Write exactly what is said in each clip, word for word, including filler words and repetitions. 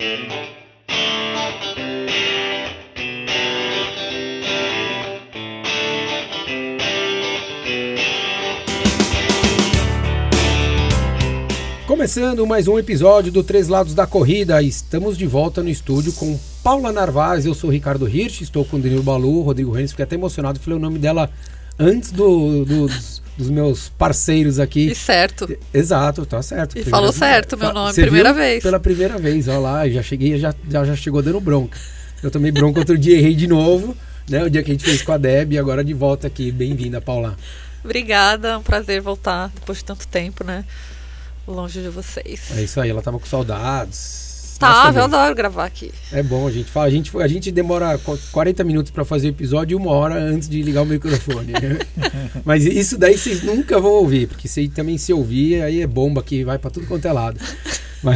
Começando mais um episódio do Três Lados da Corrida, estamos de volta no estúdio com Paula Narvaez. Eu sou o Ricardo Hirsch, estou com o Danilo Balu, Rodrigo Renes, fiquei até emocionado, falei o nome dela antes do, do, dos, dos meus parceiros aqui. E certo. Exato, tá certo. E primeira, falou certo meu nome, Você primeira viu? vez. Pela primeira vez, olha lá, já cheguei, já, já, já chegou dando bronca. Eu tomei bronca outro dia, errei de novo, né? O dia que a gente fez com a Deb, e agora de volta aqui. Bem-vinda, Paula. Obrigada, é um prazer voltar depois de tanto tempo, né? Longe de vocês. É isso aí, ela tava com saudades. Tava, eu adoro gravar aqui. É bom, a gente fala, a gente, a gente demora quarenta minutos para fazer o episódio e uma hora antes de ligar o microfone. Mas isso daí vocês nunca vão ouvir, porque se também se ouvir, aí é bomba que vai para tudo quanto é lado. Mas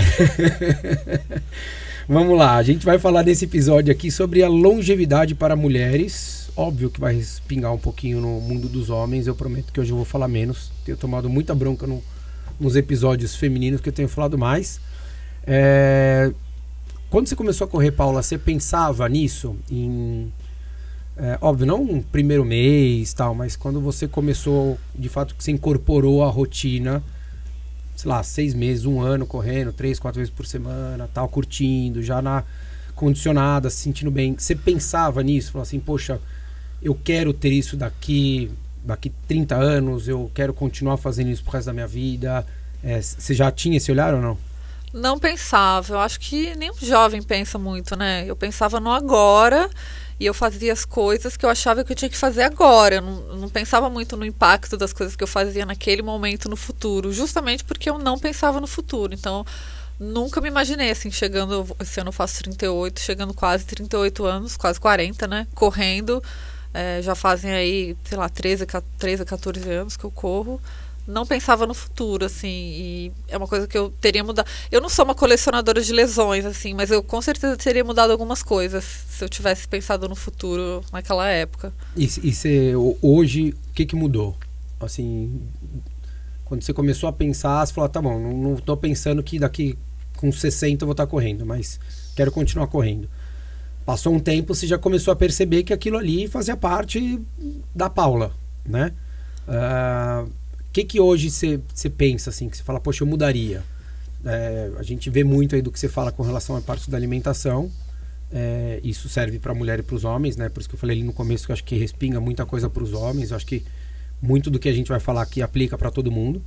vamos lá, a gente vai falar nesse episódio aqui sobre a longevidade para mulheres. Óbvio que vai respingar um pouquinho no mundo dos homens, eu prometo que hoje eu vou falar menos. Tenho tomado muita bronca no nos episódios femininos que eu tenho falado mais. É... Quando você começou a correr, Paula, você pensava nisso? Em, é, óbvio, não um primeiro mês, tal, mas quando você começou, de fato, que você incorporou a rotina, sei lá, seis meses, um ano correndo, três, quatro vezes por semana, tal, curtindo, já na condicionada, se sentindo bem. Você pensava nisso? Falava assim, poxa, eu quero ter isso daqui... daqui trinta anos, eu quero continuar fazendo isso pro resto da minha vida. É, você já tinha esse olhar ou não? Não pensava, eu acho que nenhum jovem pensa muito, né? Eu pensava no agora e eu fazia as coisas que eu achava que eu tinha que fazer agora. Eu não, eu não pensava muito no impacto das coisas que eu fazia naquele momento no futuro, justamente porque eu não pensava no futuro. Então, nunca me imaginei assim, chegando, esse ano eu faço trinta e oito, chegando quase trinta e oito anos, quase quarenta, né? Correndo. É, já fazem aí, sei lá, treze, quatorze anos que eu corro. Não pensava no futuro, assim, e é uma coisa que eu teria mudado. Eu não sou uma colecionadora de lesões, assim, mas eu com certeza teria mudado algumas coisas se eu tivesse pensado no futuro naquela época. E, e você, hoje, o que que mudou? Assim, quando você começou a pensar, você falou, tá bom, não, não tô pensando que daqui com sessenta eu vou estar correndo, mas quero continuar correndo. Passou um tempo, você já começou a perceber que aquilo ali fazia parte da Paula, né? Uh, que que hoje você, você pensa, assim, que você fala, poxa, eu mudaria? É, a gente vê muito aí do que você fala com relação à parte da alimentação. É, isso serve para a mulher e para os homens, né? Por isso que eu falei ali no começo que eu acho que respinga muita coisa para os homens. Eu acho que muito do que a gente vai falar aqui aplica para todo mundo.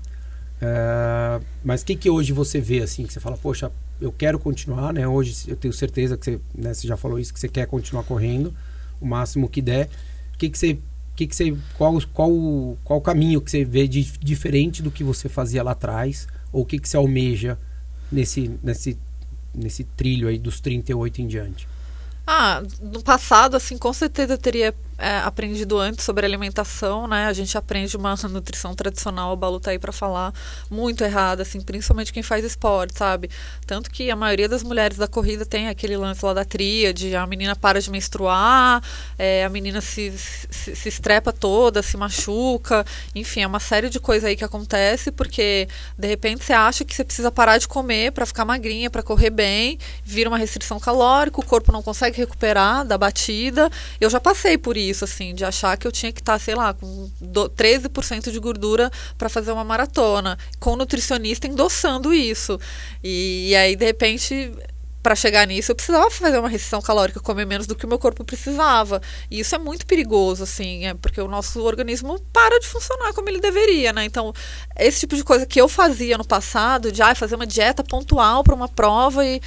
É, mas o que que hoje você vê, assim, que você fala, poxa, eu quero continuar, né? Hoje eu tenho certeza que você, né, você já falou isso, que você quer continuar correndo o máximo que der. O que que você, que que você, qual, qual, qual o caminho que você vê de diferente do que você fazia lá atrás? Ou o que que você almeja nesse, nesse, nesse trilho aí dos trinta e oito em diante? Ah, no passado, assim, com certeza eu teria é, aprendido antes sobre alimentação, né? A gente aprende uma nutrição tradicional, o Balu tá aí para falar, muito errada, assim, principalmente quem faz esporte, sabe? Tanto que a maioria das mulheres da corrida tem aquele lance lá da tríade, a menina para de menstruar, é, a menina se, se, se estrepa toda, se machuca, enfim, é uma série de coisas aí que acontece, porque de repente você acha que você precisa parar de comer para ficar magrinha, para correr bem, vira uma restrição calórica, o corpo não consegue recuperar da batida. Eu já passei por isso, assim, de achar que eu tinha que estar, sei lá, com treze por cento de gordura para fazer uma maratona, com o nutricionista endossando isso. E, e aí, de repente, para chegar nisso, eu precisava fazer uma restrição calórica, comer menos do que o meu corpo precisava. E isso é muito perigoso, assim, é porque o nosso organismo para de funcionar como ele deveria, né? Então, esse tipo de coisa que eu fazia no passado, de ah, fazer uma dieta pontual para uma prova e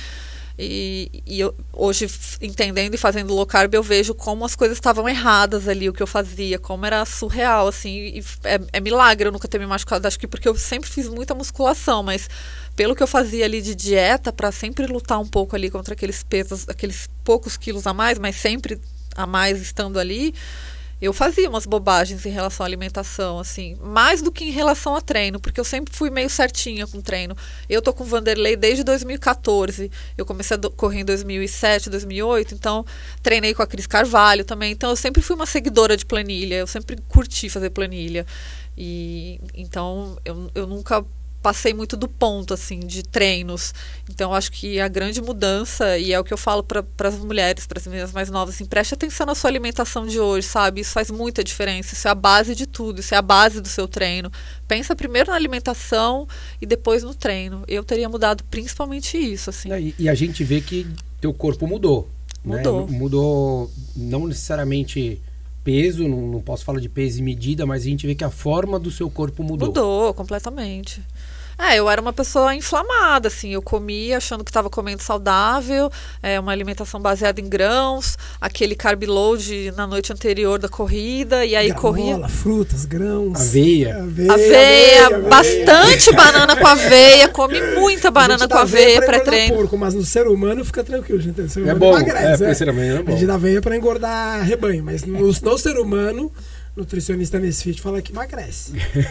E, e eu, hoje, entendendo e fazendo low carb, eu vejo como as coisas estavam erradas ali, o que eu fazia, como era surreal, assim, e é, é milagre eu nunca ter me machucado, acho que porque eu sempre fiz muita musculação, mas pelo que eu fazia ali de dieta, para sempre lutar um pouco ali contra aqueles pesos, aqueles poucos quilos a mais, mas sempre a mais estando ali, eu fazia umas bobagens em relação à alimentação, assim, mais do que em relação a treino, porque eu sempre fui meio certinha com treino. Eu tô com o Vanderlei desde dois mil e quatorze, eu comecei a correr em dois mil e sete, dois mil e oito, então treinei com a Cris Carvalho também, então eu sempre fui uma seguidora de planilha, eu sempre curti fazer planilha, e então eu, eu nunca passei muito do ponto, assim, de treinos. Então, eu acho que a grande mudança, e é o que eu falo para as mulheres, para as meninas mais novas, assim, preste atenção na sua alimentação de hoje, sabe? Isso faz muita diferença, isso é a base de tudo, isso é a base do seu treino. Pensa primeiro na alimentação e depois no treino. Eu teria mudado principalmente isso, assim. E, e a gente vê que teu corpo mudou. Mudou. Né? Mudou, não necessariamente peso, não, não posso falar de peso e medida, mas a gente vê que a forma do seu corpo mudou. Mudou, completamente. É, eu era uma pessoa inflamada, assim, eu comia achando que estava comendo saudável, é, uma alimentação baseada em grãos, aquele carb load na noite anterior da corrida, e aí Granola, corria... frutas, grãos... Aveia. Aveia, Aveia, aveia bastante aveia. banana com aveia, come muita banana com aveia pré-treino. Porco, mas no ser humano fica tranquilo, gente. O ser humano É bom, emagrece, é, é. ser humano é bom. A gente dá aveia para engordar rebanho, mas no, no ser humano... Nutricionista nesse vídeo fala que emagrece.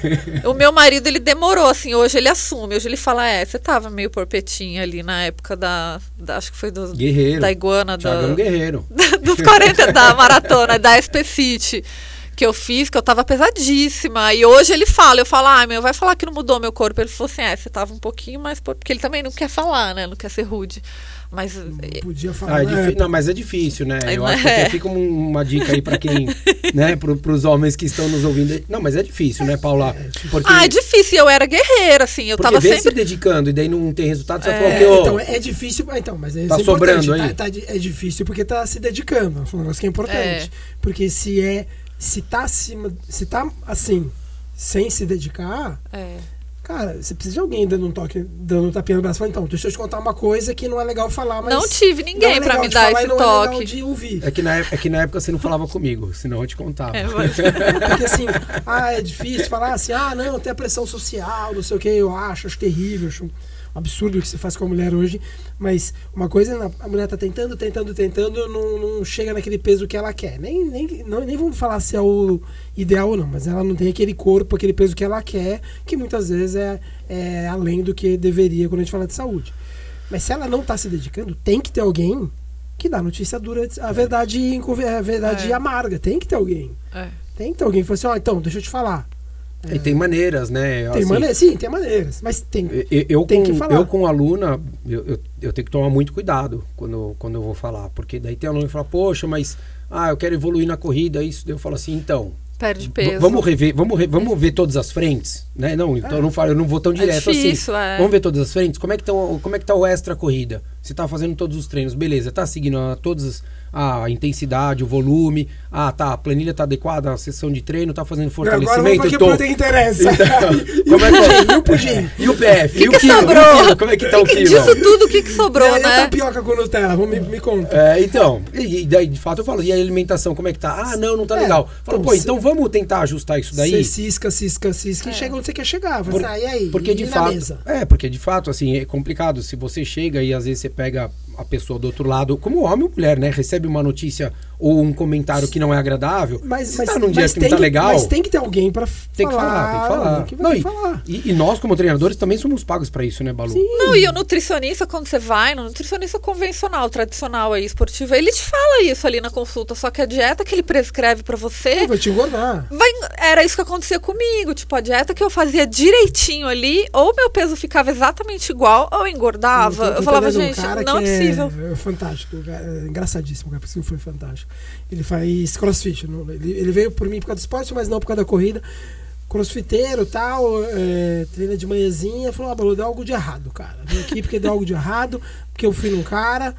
O meu marido, ele demorou, assim, hoje ele assume, hoje ele fala, é, você tava meio porpetinha ali na época da, da acho que foi do, Guerreiro. da iguana, Thiagão da, Guerreiro. dos quarenta da maratona, da S P Fit, que eu fiz, que eu tava pesadíssima, e hoje ele fala, eu falo, ah, meu, vai falar que não mudou meu corpo, ele falou assim, é, você tava um pouquinho mais, porque ele também não quer falar, né, não quer ser rude. Mas não podia falar. Ah, é difí- não, mas é difícil, né? Eu é. acho que até fica um- uma dica aí pra quem, né, pro, pros homens que estão nos ouvindo. Não, mas é difícil, né, Paula? Porque, Ah, é difícil, eu era guerreira, assim, eu porque tava vê sempre... se dedicando e daí não tem resultado, você É. fala É, que, ô, então, é difícil. Então, mas é Tá isso é sobrando importante. aí? Tá- tá- é difícil porque tá se dedicando. É um negócio que é importante. É. Porque se é. Se tá acima. Se tá assim, sem se dedicar. É. Cara, você precisa de alguém dando um toque, dando um tapinha no braço. Fala, então, deixa eu te contar uma coisa que não é legal falar, mas. Não tive ninguém não é pra legal me de dar falar esse e não é legal toque. de ouvir. é que, na, é que na época você não falava comigo, senão eu te contava. É, mas- Porque assim, ah, é difícil falar assim, ah, não, tem a pressão social, não sei o que, eu acho, acho terrível, acho um absurdo o que se faz com a mulher hoje, mas uma coisa, a mulher tá tentando, tentando, tentando, não, não chega naquele peso que ela quer. Nem, nem, não, nem vamos falar se é o ideal ou não, mas ela não tem aquele corpo, aquele peso que ela quer, que muitas vezes é, é além do que deveria quando a gente fala de saúde. Mas se ela não tá se dedicando, tem que ter alguém que dá notícia dura, a verdade, a verdade É. amarga, tem que ter alguém. é. Tem que ter alguém que fala assim, ó, então, deixa eu te falar. E tem maneiras, né? Tem assim, maneiras, sim, tem maneiras, mas tem. Eu, eu, Tem com, que falar. eu com aluna, eu, eu, eu tenho que tomar muito cuidado quando, quando eu vou falar. Porque daí tem aluno que fala, poxa, mas ah, eu quero evoluir na corrida, isso. Daí eu falo assim, então, Perde v- peso. vamos rever, vamos, re- vamos ver todas as frentes, né? Não, então eu não falo, eu não vou tão direto difícil, assim. é. Vamos ver todas as frentes. Como é que tão, como é que tá o extra corrida? Você tá fazendo todos os treinos, beleza? Tá seguindo a, todas a intensidade, o volume? Ah, tá, a planilha tá adequada, a sessão de treino tá fazendo Agora vamos fortalecimento, pra que eu tô. pro que interessa. Então, como é que E o pudim? E o P F? Que e o que quilo? sobrou? E o quilo? Como é que tá o quilo? Disso tudo, o que que E sobrou, aí a né? tapioca com Nutella, vamos, me, me conta. É, então, e, e daí de fato eu falo, e a alimentação, como é que tá? Ah, não, não tá É, legal. Falo, então, pô, se- então vamos tentar ajustar isso daí? Você cisca, cisca, cisca e chega onde você quer chegar. Fala Por- assim, ah, e aí? porque E de na fato, mesa? é, porque de fato, assim, é complicado. Se você chega e às vezes você pega a pessoa do outro lado, como homem ou mulher, né? Recebe uma notícia ou um comentário que não é agradável. Mas, você mas, tá num dia mas que tem não tá que, legal. Mas tem que ter alguém pra Tem que falar, tem que falar. alguém que vai Não, e, falar. e- e nós, como treinadores, também somos pagos pra isso, né, Balu? Não, e o nutricionista, quando você vai, no nutricionista convencional, tradicional aí, esportivo, ele te fala isso ali na consulta, só que a dieta que ele prescreve pra você, Vai te engordar. vai, era isso que acontecia comigo, tipo, a dieta que eu fazia direitinho ali, ou meu peso ficava exatamente igual, ou eu engordava. Tem- tem Eu falava, também um gente, cara não é que possível. É fantástico, é engraçadíssimo, cara, porque foi fantástico. Ele faz crossfit. não- Ele, ele veio por mim por causa do esporte, mas não por causa da corrida. Crossfiteiro e tal, é, treina de manhãzinha. Falou, ah, Balu, deu algo de errado, cara. Vim aqui porque deu algo de errado, porque eu fui num cara.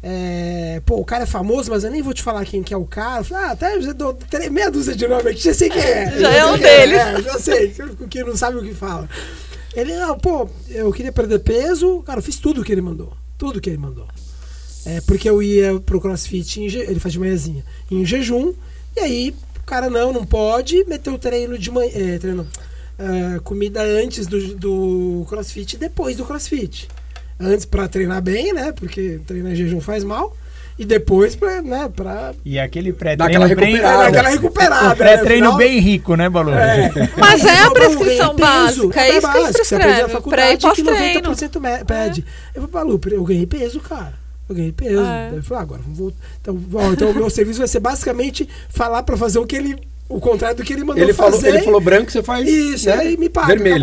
É, pô, o cara é famoso, mas eu nem vou te falar quem que é o cara. Eu falei, ah, até eu já dou três- meia dúzia de nome aqui, já sei quem é. Já é sei um quem deles. É, já sei, o que não sabe o que fala. Ele, não, pô, eu queria perder peso. Cara, eu fiz tudo o que ele mandou. Tudo que ele mandou. É, porque eu ia pro CrossFit, em je- ele faz de manhãzinha, em jejum. E aí, o cara, não, não pode. Meteu o treino de manhã. É, treino, não, ah, comida antes do, do CrossFit e depois do CrossFit. Antes pra treinar bem, né? Porque treinar em jejum faz mal. E depois pra, né, pra E aquele Dá pré-treino aquela bem... recuperada. dar aquela recuperada. O pré-treino né? Afinal, bem rico, né, Balu? É. Mas é a Não, prescrição Balu, ganhei peso. básica, é isso que eles Você aprende na prescrevem, faculdade pré e que noventa pós-treino. por cento me- pede. Eu falei, Balu, eu ganhei peso, cara. Eu ganhei peso. É. Daí ele falou, ah, agora vamos voltar. Então, ó, então o meu serviço vai ser basicamente falar pra fazer o que ele. O contrário do que ele mandou Ele falou, fazer. ele falou branco, você faz Isso, né, aí me paga. vermelho. acabou.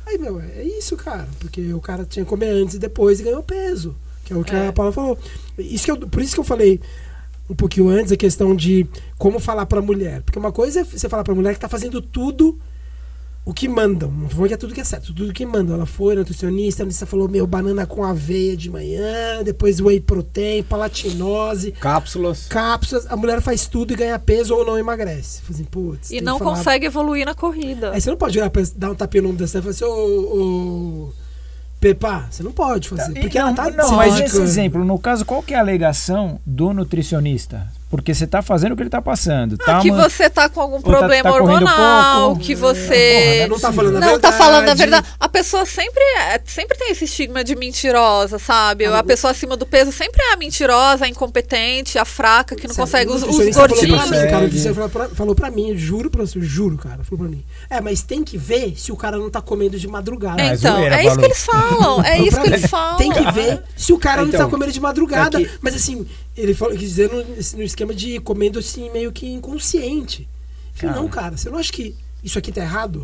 Aí, meu, é isso, cara. Porque o cara tinha que comer antes e depois e ganhou peso. Que é o que é. a Paula falou. Isso que eu, por isso que eu falei um pouquinho antes a questão de como falar pra mulher. Porque uma coisa é você falar pra mulher que tá fazendo tudo o que mandam. Não vou que é tudo que é certo. Tudo que mandam. Ela foi nutricionista, a nutricionista falou, meu, banana com aveia de manhã, depois whey protein, palatinose. Cápsulas. Cápsulas. A mulher faz tudo e ganha peso ou não emagrece. Assim, putz, e não consegue evoluir na corrida. Aí você não pode virar pra dar um tapinha no nome dessa e falar assim, ô... ô Pepa, você não pode fazer. Porque não, ela tá Não, mas esse exemplo, no caso, qual que é a alegação do nutricionista? Porque você tá fazendo o que ele tá passando. Ah, tá que uma... você tá com algum Ou problema tá, tá hormonal, pouco, que você... É, porra, não tá falando a não verdade. tá falando a verdade. A pessoa sempre, é, sempre tem esse estigma de mentirosa, sabe? Ah, a pessoa acima do peso sempre é a mentirosa, a incompetente, a fraca, que não consegue os, os gordinhos. O cara disse, falou, pra, falou pra mim, juro pra você, juro, cara, falou pra mim. É, mas tem que ver se o cara não tá comendo de madrugada. É, então, é isso que eles falam. É isso que eles falam. Tem que ver se o cara então, não tá comendo de madrugada. É que... Mas assim, ele falou, quis dizer no, no esquema de comendo assim, meio que inconsciente. Eu falei, não, cara, você não acha que isso aqui tá errado?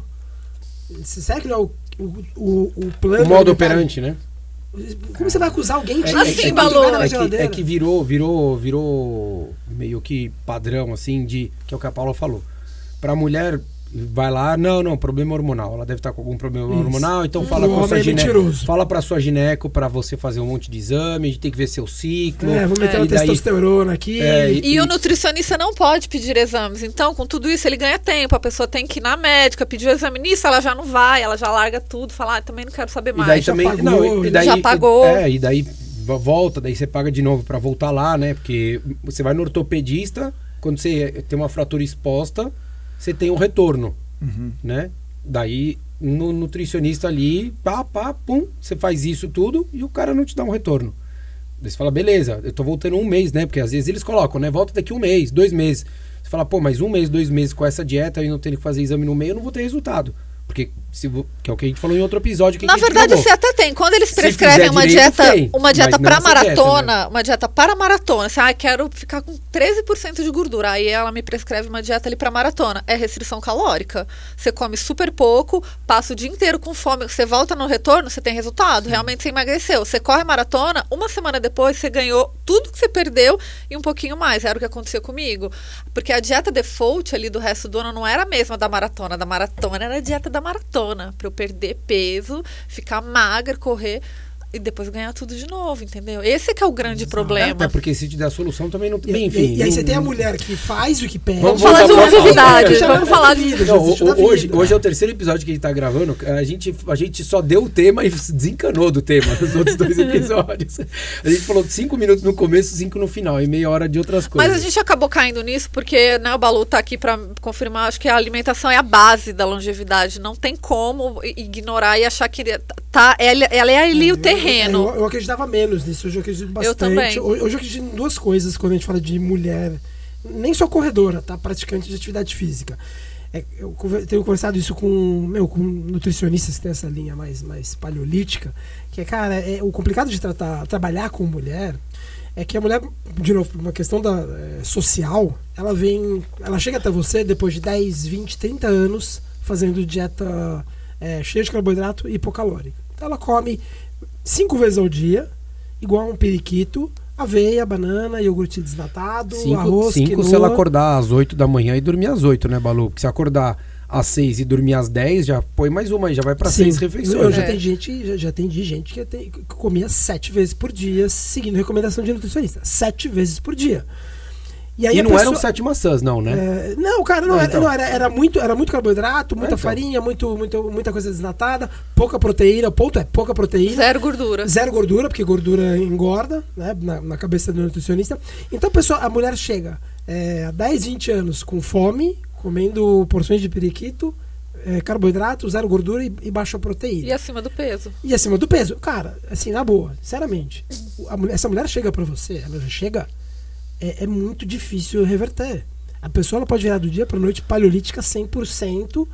Será que não é o, o, o, o plano? O modo operante, né? Como você vai acusar alguém de é, assim, é, valor? É que, é que virou, virou, virou meio que padrão, assim, de que é o que a Paula falou. Pra mulher, vai lá, não, não, problema hormonal. Ela deve estar com algum problema Isso. hormonal, então hum, fala com a sua gineco. Fala pra sua gineco pra você fazer um monte de exame, a gente tem que ver seu ciclo. É, vamos meter é, uma testosterona aqui. É, e, e, e o nutricionista não pode pedir exames. Então, com tudo isso, ele ganha tempo. A pessoa tem que ir na médica, pedir o exame. Nisso, ela já não vai, ela já larga tudo, fala, ah, também não quero saber mais. E daí já também, pagou, não, e daí, já pagou. É, e daí volta, daí você paga de novo pra voltar lá, né? Porque você vai no ortopedista, quando você tem uma fratura exposta, você tem um retorno. Uhum. Né? Daí no nutricionista ali, pá, pá, pum, você faz isso tudo e o cara não te dá um retorno. Daí você fala, beleza, eu tô voltando um mês, né? Porque às vezes eles colocam, né? Volta daqui um mês, dois meses. Você fala, pô, mas um mês, dois meses com essa dieta e não ter que fazer exame no meio, eu não vou ter resultado. Porque, se, que é o que a gente falou em outro episódio. Que Na verdade, você até tem. Quando eles prescrevem uma direito, dieta, tem, uma dieta para maratona, dieta, né? uma dieta para maratona, você, ah, quero ficar com treze por cento de gordura. Aí ela me prescreve uma dieta ali para maratona. É restrição calórica. Você come super pouco, passa o dia inteiro com fome. Você volta no retorno, você tem resultado. Sim. Realmente você emagreceu. Você corre maratona, uma semana depois você ganhou tudo que você perdeu e um pouquinho mais. Era o que aconteceu comigo. Porque a dieta default ali do resto do ano não era a mesma da maratona. Da maratona era a dieta da maratona. Pra eu perder peso, ficar magra, correr e depois ganhar tudo de novo, entendeu? Esse que é o grande Exato. problema. Até porque se te der a solução também não tem. E, enfim. E, e aí não, você tem a não... mulher que faz o que pede. Vamos, vamos falar de longevidade. Vamos falar de vida. Não, hoje, hoje é o terceiro episódio que a gente tá gravando. A gente, a gente só deu o tema e desencanou do tema nos outros dois episódios. A gente falou cinco minutos no começo, cinco no final, e meia hora de outras coisas. Mas a gente acabou caindo nisso porque, né, o Balu tá aqui pra confirmar. Acho que a alimentação é a base da longevidade. Não tem como ignorar e achar que tá, ela, ela é ali é, o terreno. Eu, eu, eu acreditava menos nisso, hoje eu acredito bastante. Eu também. Hoje eu acredito em duas coisas quando a gente fala de mulher, nem só corredora, tá? Praticante de atividade física. É, eu tenho conversado isso com, meu, com nutricionistas que tem essa linha mais, mais paleolítica, que é, cara, é, o complicado de tratar, trabalhar com mulher é que a mulher, de novo, uma questão da, é, social, ela vem, ela chega até você depois de dez, vinte, trinta anos fazendo dieta é, cheia de carboidrato e hipocalórica. Então ela come cinco vezes ao dia, igual um periquito, aveia, banana, iogurte desnatado, cinco, arroz, cinco quinoa. Se ela acordar às oito da manhã e dormir às oito, né, Balu? Porque se acordar às seis e dormir às dez, já põe mais uma aí, já vai pra Sim, seis refeições. Eu já é. tem gente, já, já atendi gente que, tem, que comia sete vezes por dia, seguindo recomendação de nutricionista. Sete vezes por dia. E, aí e a não pessoa, eram sete maçãs, não, né? É, não, cara, não, não, era, então. não era, era, muito, era muito carboidrato, muita é, então. farinha, muito, muito, muita coisa desnatada, pouca proteína, o ponto é pouca proteína. Zero gordura. Zero gordura, porque gordura engorda, né, na, na cabeça do nutricionista. Então a, pessoa, a mulher chega é, a dez, vinte anos com fome, comendo porções de periquito, é, carboidrato, zero gordura e, e baixa proteína. E acima do peso. E acima do peso. Cara, assim, na boa, sinceramente, a mulher, essa mulher chega pra você, ela já chega... É, é muito difícil reverter. A pessoa ela pode virar do dia pra noite paleolítica cem por cento,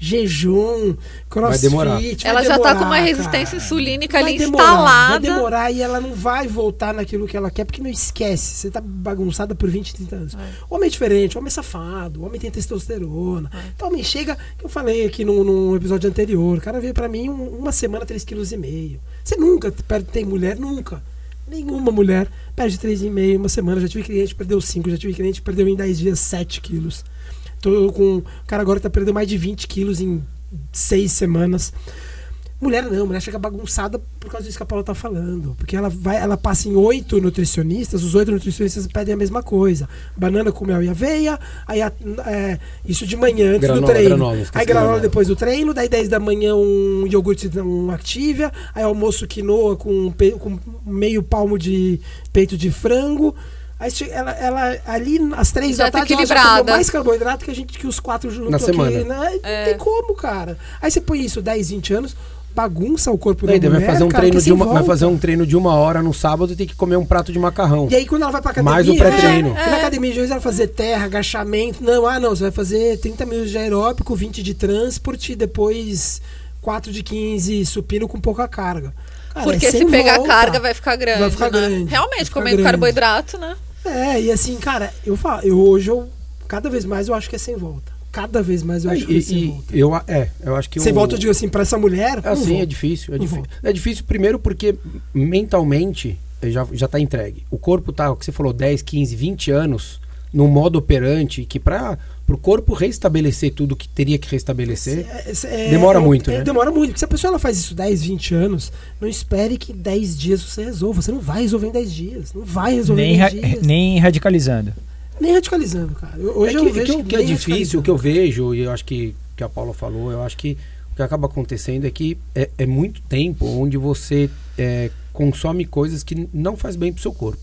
jejum, crossfit. Vai demorar. Vai Ela já demorar, tá com uma resistência cara. insulínica Vai ali demorar, instalada. Vai demorar e ela não vai voltar naquilo que ela quer, porque não esquece. Você tá bagunçada por vinte, trinta anos. É. Homem é diferente, homem é safado, homem tem testosterona. É. Então, homem chega, que eu falei aqui num, num episódio anterior, o cara veio pra mim um- uma semana, três vírgula cinco quilos. Você nunca perde, tem mulher, nunca. Nenhuma mulher perde três vírgula cinco uma semana. Já tive cliente que perdeu cinco, já tive cliente que perdeu em dez dias sete quilos. Tô com. O cara agora tá perdendo mais de vinte quilos em seis semanas. Mulher não, mulher chega bagunçada por causa disso que a Paula tá falando. Porque ela vai, ela passa em oito nutricionistas, os oito nutricionistas pedem a mesma coisa. Banana com mel e aveia, aí a- é, isso de manhã antes Granola, do treino. granola, esqueci aí granola granola. depois do treino, daí dez da manhã um iogurte, um Activia, aí almoço quinoa com, pe- com meio palmo de peito de frango. Aí che- ela, ela ali às três Já da tá tarde ela já equilibrada. comeu mais carboidrato que a gente que os quatro juntos Na aqui, semana. né? É. Não tem como, cara. Aí você põe isso dez, vinte anos, bagunça o corpo Daí da vai mulher, fazer um cara, treino que de uma, sem vai volta. fazer um treino de uma hora no sábado e tem que comer um prato de macarrão. E aí quando ela vai pra academia, Mais o pré-treino. é, na academia, às vezes ela vai fazer terra, agachamento. Não, ah não, você vai fazer trinta minutos de aeróbico, vinte de transporte, depois quatro de quinze supino com pouca carga. Cara, Porque é se sem pegar a volta. carga vai ficar grande. Vai ficar né? grande, vai Realmente, ficar comendo grande. carboidrato, né? É, e assim, cara, eu falo, eu hoje eu cada vez mais eu acho que é sem volta. Cada vez mais eu acho que é E- sem e- volta. eu, é, eu acho que Sem eu, volta, eu digo assim, pra essa mulher. não Assim, volta. é difícil. É, Não difí- volta. é difícil, primeiro, porque mentalmente já, já tá entregue. O corpo tá, o que você falou, dez, quinze, vinte anos no modo operante, que para o corpo restabelecer tudo que teria que restabelecer. É, é, demora é, muito, é, né? Demora muito. Porque se a pessoa ela faz isso dez, vinte anos, não espere que dez dias você resolva. Você não vai resolver em dez dias. Não vai resolver Nem, em ra- dez dias. Nem radicalizando. Nem radicalizando, cara. Eu- Hoje é eu que, vejo que, o que é nem difícil, o que radicalizando. eu vejo, e eu acho que, que a Paula falou, eu acho que o que acaba acontecendo é que é, é muito tempo onde você é, consome coisas que não faz bem pro seu corpo.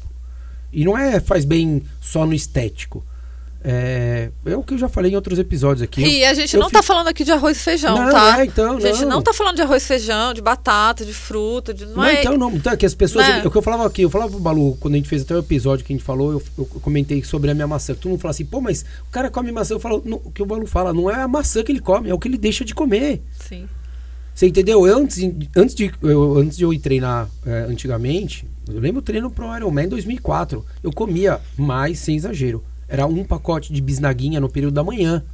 E não é faz bem só no estético. É, é o que eu já falei em outros episódios aqui. Eu- E a gente eu não fi- tá falando aqui de arroz e feijão, Não, tá? é, então, a gente não. não tá falando de arroz e feijão, de batata, de fruta, de... Não, Não, é... então não. Então, é que as pessoas. Né? É o que eu falava aqui, eu falava pro Balu, quando a gente fez até o episódio que a gente falou, eu, eu comentei sobre a minha maçã. Todo mundo fala assim, pô, mas o cara come maçã. Eu falo, não, o que o Balu fala, não é a maçã que ele come, é o que ele deixa de comer. Sim. Você entendeu? Eu, antes, antes, de, eu, antes de eu ir treinar é, antigamente, eu lembro o treino pro Ironman em dois mil e quatro. Eu comia mais, sem exagero. Era um pacote de bisnaguinha no período da manhã.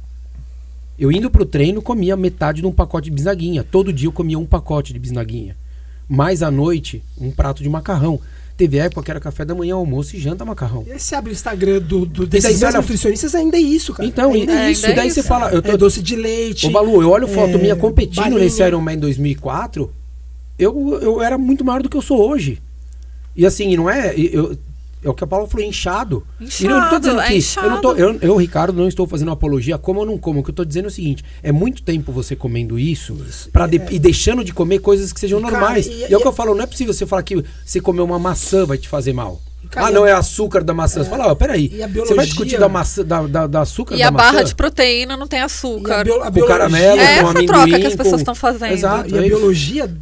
Eu indo pro treino, comia metade de um pacote de bisnaguinha. Todo dia eu comia um pacote de bisnaguinha. Mais à noite, um prato de macarrão. Teve época que era café da manhã, almoço e janta macarrão. E aí você abre o Instagram do, do, daí desses você olha- nutricionistas, ainda é isso, cara. Então, ainda é é isso. ainda é Daí você isso. fala... Eu tô, É doce de leite. Ô, Balu, eu olho foto é, minha competindo balinha. nesse Ironman em dois mil e quatro, eu, eu era muito maior do que eu sou hoje. E assim, não é... Eu, é o que a Paula falou, inchado. E eu não tô Inchado, dizendo é que... Eu, não tô, inchado. eu, eu, Ricardo, não estou fazendo apologia como ou não como. O que eu tô dizendo é o seguinte, é muito tempo você comendo isso, pra de- e deixando de comer coisas que sejam Cara, normais. e- E, é e- o que eu falo, não é possível você falar que você comer uma maçã vai te fazer mal. Cara, ah, e não, a- é açúcar da maçã. Você fala, ó, peraí, e a você vai biologia- discutir da, maçã, da, da, da açúcar E da a maçã? barra de proteína não tem E a, açúcar. bio, a Com biologia, caramelo, É com essa amendoim, troca que as com- pessoas estão fazendo. Exato. E a é isso. biologia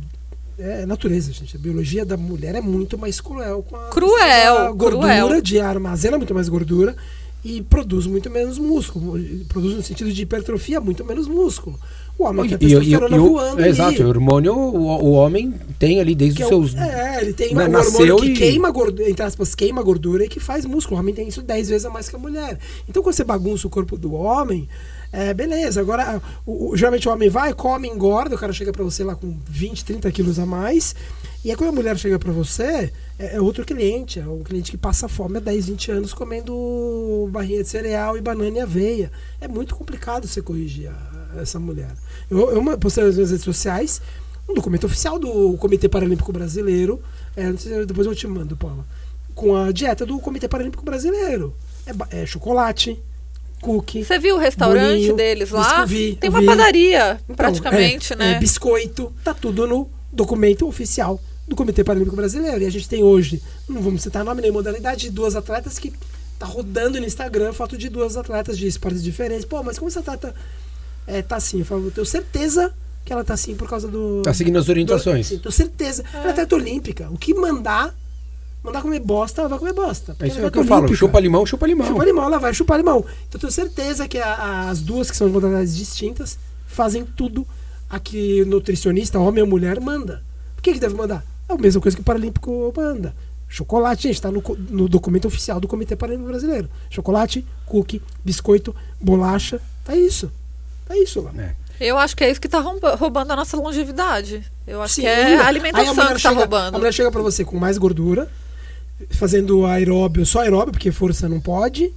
é natureza, gente. A biologia da mulher é muito mais cruel. Com a, Cruel, a gordura cruel. de armazena muito mais gordura e produz muito menos músculo. Produz no sentido de hipertrofia muito menos músculo. O homem tem a E- e- e- testosterona e o- voando é, ali. Exato, o hormônio o, o homem tem ali desde Que os é, o- seus... é, ele tem né, um nasceu hormônio que e- queima gordura, entre aspas, queima gordura e que faz músculo. O homem tem isso dez vezes a mais que a mulher. Então, quando você bagunça o corpo do homem, é, beleza. Agora, o, o- geralmente o homem vai, come, engorda, o cara chega pra você lá com vinte, trinta quilos a mais. E aí, quando a mulher chega pra você, é, é outro cliente. É um cliente que passa fome há dez, vinte anos comendo barrinha de cereal e banana e aveia. É muito complicado você corrigir a- essa mulher. Eu, eu postei nas minhas redes sociais um documento oficial do Comitê Paralímpico Brasileiro. É, não sei, depois eu te mando, Paula. Com a dieta do Comitê Paralímpico Brasileiro. É, ba- é chocolate, cookie. Você viu o restaurante bolinho, deles lá? eu vi, Tem eu uma vi. padaria, Então, praticamente, é, né? É, biscoito. Tá tudo no documento oficial do Comitê Paralímpico Brasileiro. E a gente tem hoje, não vamos citar nome nem modalidade, de duas atletas que tá rodando no Instagram foto de duas atletas de esportes diferentes. Pô, mas como essa atleta é, tá assim? Eu falo, eu tenho certeza que ela tá assim por causa do... Tá seguindo as orientações. Do, sim, tenho certeza. Ela é atleta olímpica. O que mandar, Mandar comer bosta, ela vai comer bosta. É isso que eu falo, chupa limão, chupa limão. Chupa limão, ela vai chupar limão. Então eu tenho certeza que a, as duas, que são modalidades distintas, fazem tudo a que o nutricionista, homem ou mulher, manda. Por que que deve mandar? É a mesma coisa que o Paralímpico manda. Chocolate, gente, está no, no documento oficial do Comitê Paralímpico Brasileiro. Chocolate, cookie, biscoito, bolacha, tá isso. Tá isso lá. É. Eu acho que é isso que está roubando a nossa longevidade. Eu acho Sim, que é a a alimentação mulher que está chega, roubando. A mulher chega pra você com mais gordura, fazendo aeróbio, só aeróbio, porque força não pode,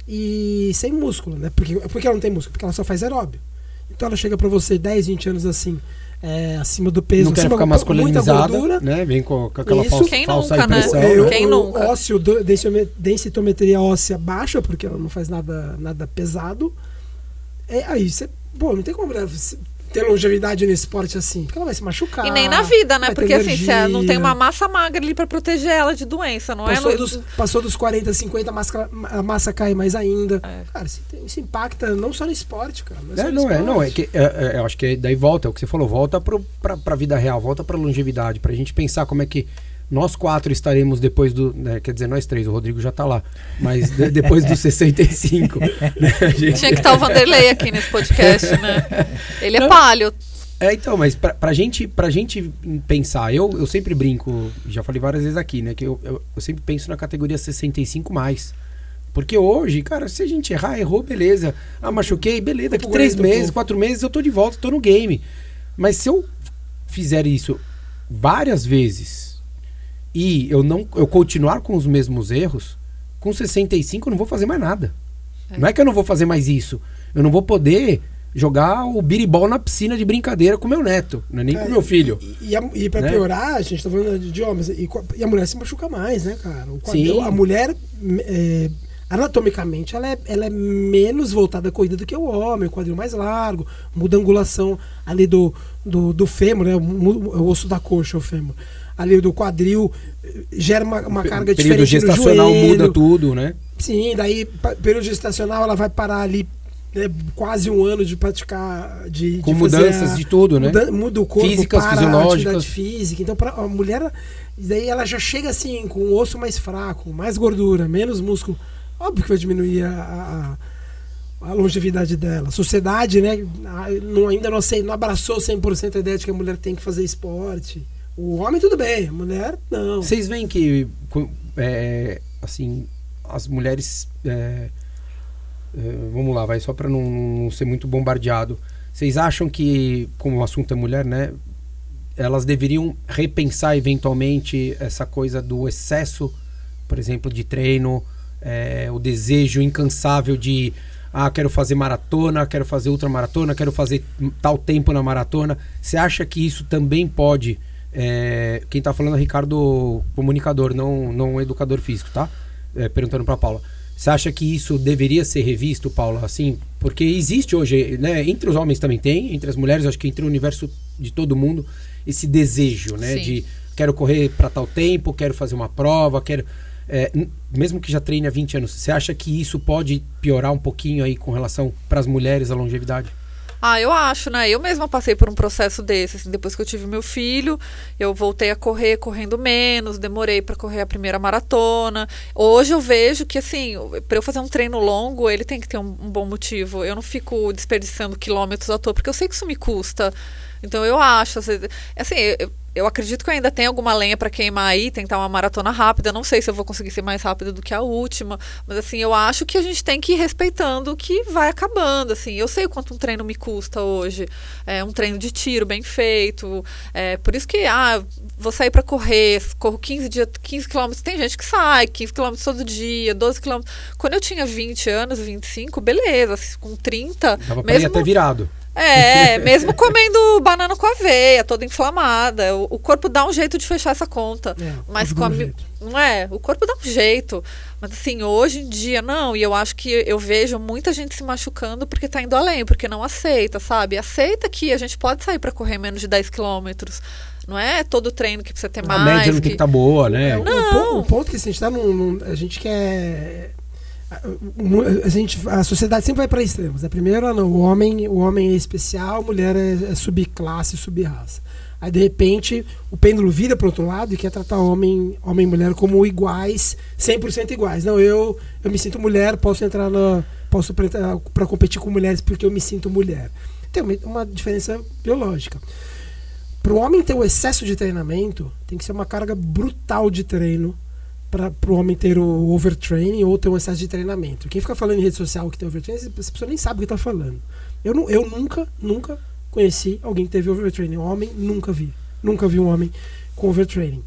e sem músculo, né? Porque, porque ela não tem músculo? Porque ela só faz aeróbio. Então ela chega pra você dez, vinte anos assim, é, acima do peso, não quer acima ficar masculinizada, gordura, né? Vem com, com aquela Isso. falsa, Quem falsa nunca, né? impressão. Eu, Quem o, nunca? Ósseo, do- densitome- densitometria óssea baixa, porque ela não faz nada, nada pesado. É, aí você, pô, não tem como mulher ter longevidade no esporte assim, porque ela vai se machucar. E nem na vida, né? vai ter Porque assim, se ela não tem energia. uma massa magra ali pra proteger ela de doença, não Passou, é? dos, passou dos quarenta, cinquenta, a massa, a massa cai mais ainda. É. Cara, isso, tem- isso impacta não só no esporte, cara. Não, é só É, no não é, esporte. não é que é, é, eu acho que é, daí volta, é o que você falou, volta pro, pra, pra vida real, volta pra longevidade, pra gente pensar como é que nós quatro estaremos depois do, né, quer dizer, nós três, o Rodrigo já tá lá, mas de- depois dos sessenta e cinco, né, a gente- Tinha que estar o Vanderlei aqui nesse podcast, né? Ele é Não. palio. É, então, mas pra, pra, gente, pra gente pensar, eu, eu sempre brinco, já falei várias vezes aqui, né, que eu, eu, eu sempre penso na categoria sessenta e cinco mais. Porque hoje, cara, se a gente errar, errou, beleza. Ah, machuquei, beleza. Daqui Pouco três aguento, meses, pouco. quatro meses eu tô de volta, tô no game. Mas se eu fizer isso várias vezes e eu não eu continuar com os mesmos erros, com sessenta e cinco eu não vou fazer mais nada. É. Não é que eu não vou fazer mais isso. Eu não vou poder jogar o biribol na piscina de brincadeira com meu neto, não é nem É, com meu filho. E, e, a- e pra Né? piorar, a gente tá falando de, de homens, e, co- e a mulher se machuca mais, né, cara? O quadril- Sim. a mulher, é, anatomicamente, ela é, ela é menos voltada à corrida do que o homem, o quadril mais largo, muda a angulação ali do, do, do fêmur, né? O, mu- o osso da coxa, o fêmur. Ali do quadril, eh, gera uma, uma carga Período diferente no gestacional joelho. muda tudo, né? Sim, daí, pa- período gestacional, ela vai parar ali, né, quase um ano de praticar, de, Com de fazer mudanças a- de tudo, né? muda, muda o corpo, Físicas, para a fisiológicas. atividade física. Então, pra, a mulher, daí ela já chega assim, com o osso mais fraco, mais gordura, menos músculo. Óbvio que vai diminuir a, a, a longevidade dela. A sociedade, né, a- não, ainda não, sei, não abraçou cem por cento a ideia de que a mulher tem que fazer esporte. O homem, tudo bem, a mulher, não. Vocês veem que, co- é, assim, as mulheres. é, é, vamos lá, vai, só para não, não ser muito bombardeado. Vocês acham que, como o assunto é mulher, né? Elas deveriam repensar eventualmente essa coisa do excesso, por exemplo, de treino, é, o desejo incansável de. Ah, quero fazer maratona, quero fazer ultramaratona, quero fazer tal tempo na maratona. Você acha que isso também pode. É, quem tá falando é Ricardo, comunicador, não, não educador físico, tá? É, perguntando pra Paula. Você acha que isso deveria ser revisto, Paula? Assim, porque existe hoje, né? Entre os homens também tem, entre as mulheres, acho que entre o universo de todo mundo, esse desejo, né? Sim. De quero correr para tal tempo, quero fazer uma prova, quero. É, n- mesmo que já treine há vinte anos, você acha que isso pode piorar um pouquinho aí com relação para as mulheres a longevidade? Ah, eu acho, né? Eu mesma passei por um processo desse, assim, depois que eu tive meu filho, eu voltei a correr correndo menos, demorei para correr a primeira maratona. Hoje eu vejo que, assim, para eu fazer um treino longo, ele tem que ter um, um bom motivo. Eu não fico desperdiçando quilômetros à toa, porque eu sei que isso me custa. Então eu acho, assim, eu, eu acredito que eu ainda tenho alguma lenha para queimar aí, tentar uma maratona rápida. Eu não sei se eu vou conseguir ser mais rápida do que a última, mas assim, eu acho que a gente tem que ir respeitando o que vai acabando, assim. Eu sei o quanto um treino me custa hoje, é um treino de tiro bem feito, é por isso que, ah, vou sair para correr, corro quinze dias, quinze quilômetros, tem gente que sai quinze quilômetros todo dia, doze quilômetros. Quando eu tinha vinte anos, vinte e cinco, beleza, assim, com trinta, Dava para ir mesmo até virado. é, mesmo comendo banana com aveia, toda inflamada, o, o corpo dá um jeito de fechar essa conta. É, o mas corpo com a, dá um mi- jeito. não é? O corpo dá um jeito. Mas assim, hoje em dia não, e eu acho que eu vejo muita gente se machucando porque tá indo além, porque não aceita, sabe? Aceita que a gente pode sair para correr menos de dez quilômetros. Não é todo treino que precisa ter A mais. média não tem que estar boa, né? É, o, Não. po- o ponto que assim, a gente tá num, num- a gente quer a, a gente a sociedade sempre vai para extremos. A primeira não, o homem o homem é especial, a mulher é, é subclasse, subraça. Aí, de repente, o pêndulo vira para outro lado e quer tratar homem, homem e mulher como iguais, cem por cento iguais. Não, eu, eu me sinto mulher, posso entrar na... posso para competir com mulheres porque eu me sinto mulher. Tem uma, uma diferença biológica. Para o homem ter o excesso de treinamento, tem que ser uma carga brutal de treino para o homem ter o overtraining ou ter um excesso de treinamento. Quem fica falando em rede social que tem overtraining, essa pessoa nem sabe o que está falando. Eu, não, eu nunca, nunca conheci alguém que teve overtraining. Homem, nunca vi. Nunca vi um homem com overtraining.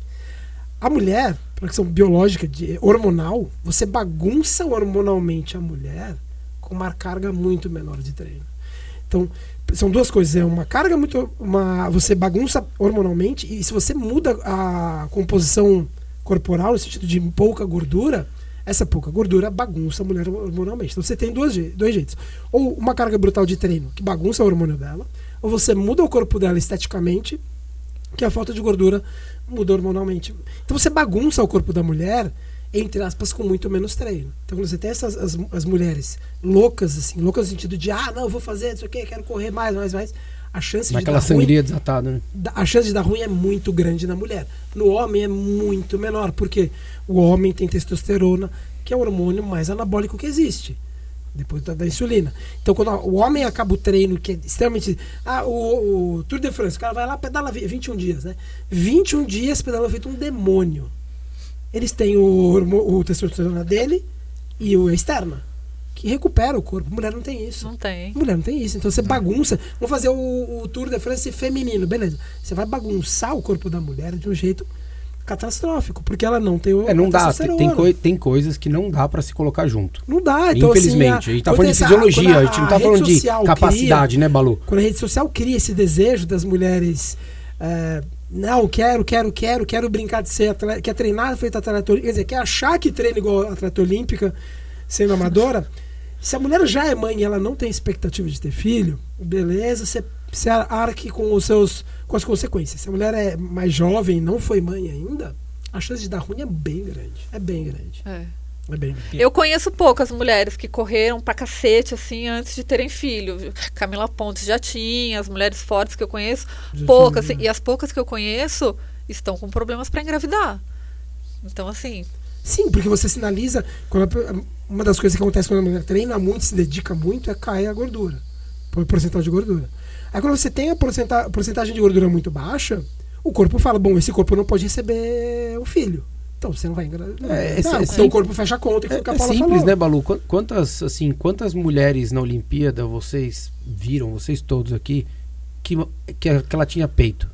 A mulher, por questão biológica, de, hormonal, você bagunça hormonalmente a mulher com uma carga muito menor de treino. Então, são duas coisas. É uma carga muito... Uma, você bagunça hormonalmente e se você muda a composição corporal, no sentido de pouca gordura, essa pouca gordura bagunça a mulher hormonalmente. Então, você tem duas, dois jeitos. Ou uma carga brutal de treino, que bagunça o hormônio dela, ou você muda o corpo dela esteticamente, que a falta de gordura muda hormonalmente. Então, você bagunça o corpo da mulher, entre aspas, com muito menos treino. Então, quando você tem essas as, as mulheres loucas, assim, loucas no sentido de, ah, não, eu vou fazer isso aqui, quero correr mais, mais, mais, a chance de Naquela dar sangria ruim, desatada, né? a chance de dar ruim é muito grande na mulher. No homem é muito menor, porque o homem tem testosterona, que é o hormônio mais anabólico que existe, depois da, da insulina. Então, quando o homem acaba o treino, que é extremamente... Ah, o, o Tour de France, o cara vai lá, pedala vinte e um dias, né? vinte e um dias pedalando feito um demônio. Eles têm o, o testosterona dele e o externa, que recupera o corpo. Mulher não tem isso. Não tem. Mulher não tem isso. Então você bagunça. Vamos fazer o, o Tour de France feminino, beleza. Você vai bagunçar o corpo da mulher de um jeito catastrófico, porque ela não tem o É, não dá. Tem, tem, coi tem coisas que não dá pra se colocar junto. Não dá. Então, infelizmente. Assim, a, a gente tá falando de fisiologia, a, a gente não tá falando de capacidade, cria, né, Balu? Quando a rede social cria esse desejo das mulheres... É, não, quero, quero, quero, quero brincar de ser atleta, quer treinar feito atleta olímpica, quer dizer, quer achar que treina igual atleta olímpica, sendo amadora. Se a mulher já é mãe e ela não tem expectativa de ter filho, beleza, você, você arque com, os seus, com as consequências. Se a mulher é mais jovem e não foi mãe ainda, a chance de dar ruim é bem grande. É bem grande. É. É bem... Eu conheço poucas mulheres que correram pra cacete, assim, antes de terem filho. Camila Pontes já tinha, as mulheres fortes que eu conheço, já poucas. Tinha, né? E as poucas que eu conheço estão com problemas pra engravidar. Então, assim... Sim, porque você sinaliza... Quando a, uma das coisas que acontece quando a mulher treina muito, se dedica muito, é cair a gordura. Por porcentagem de gordura. Aí quando você tem a porcentagem, porcentagem de gordura muito baixa, o corpo fala, bom, esse corpo não pode receber o filho. Então você não vai engravidar. É, não, é, seu corpo fecha a conta. Que é, o que a é Paula simples, falou. Né, Balu? Quantas, assim, quantas mulheres na Olimpíada vocês viram, vocês todos aqui, que, que, que ela tinha peito?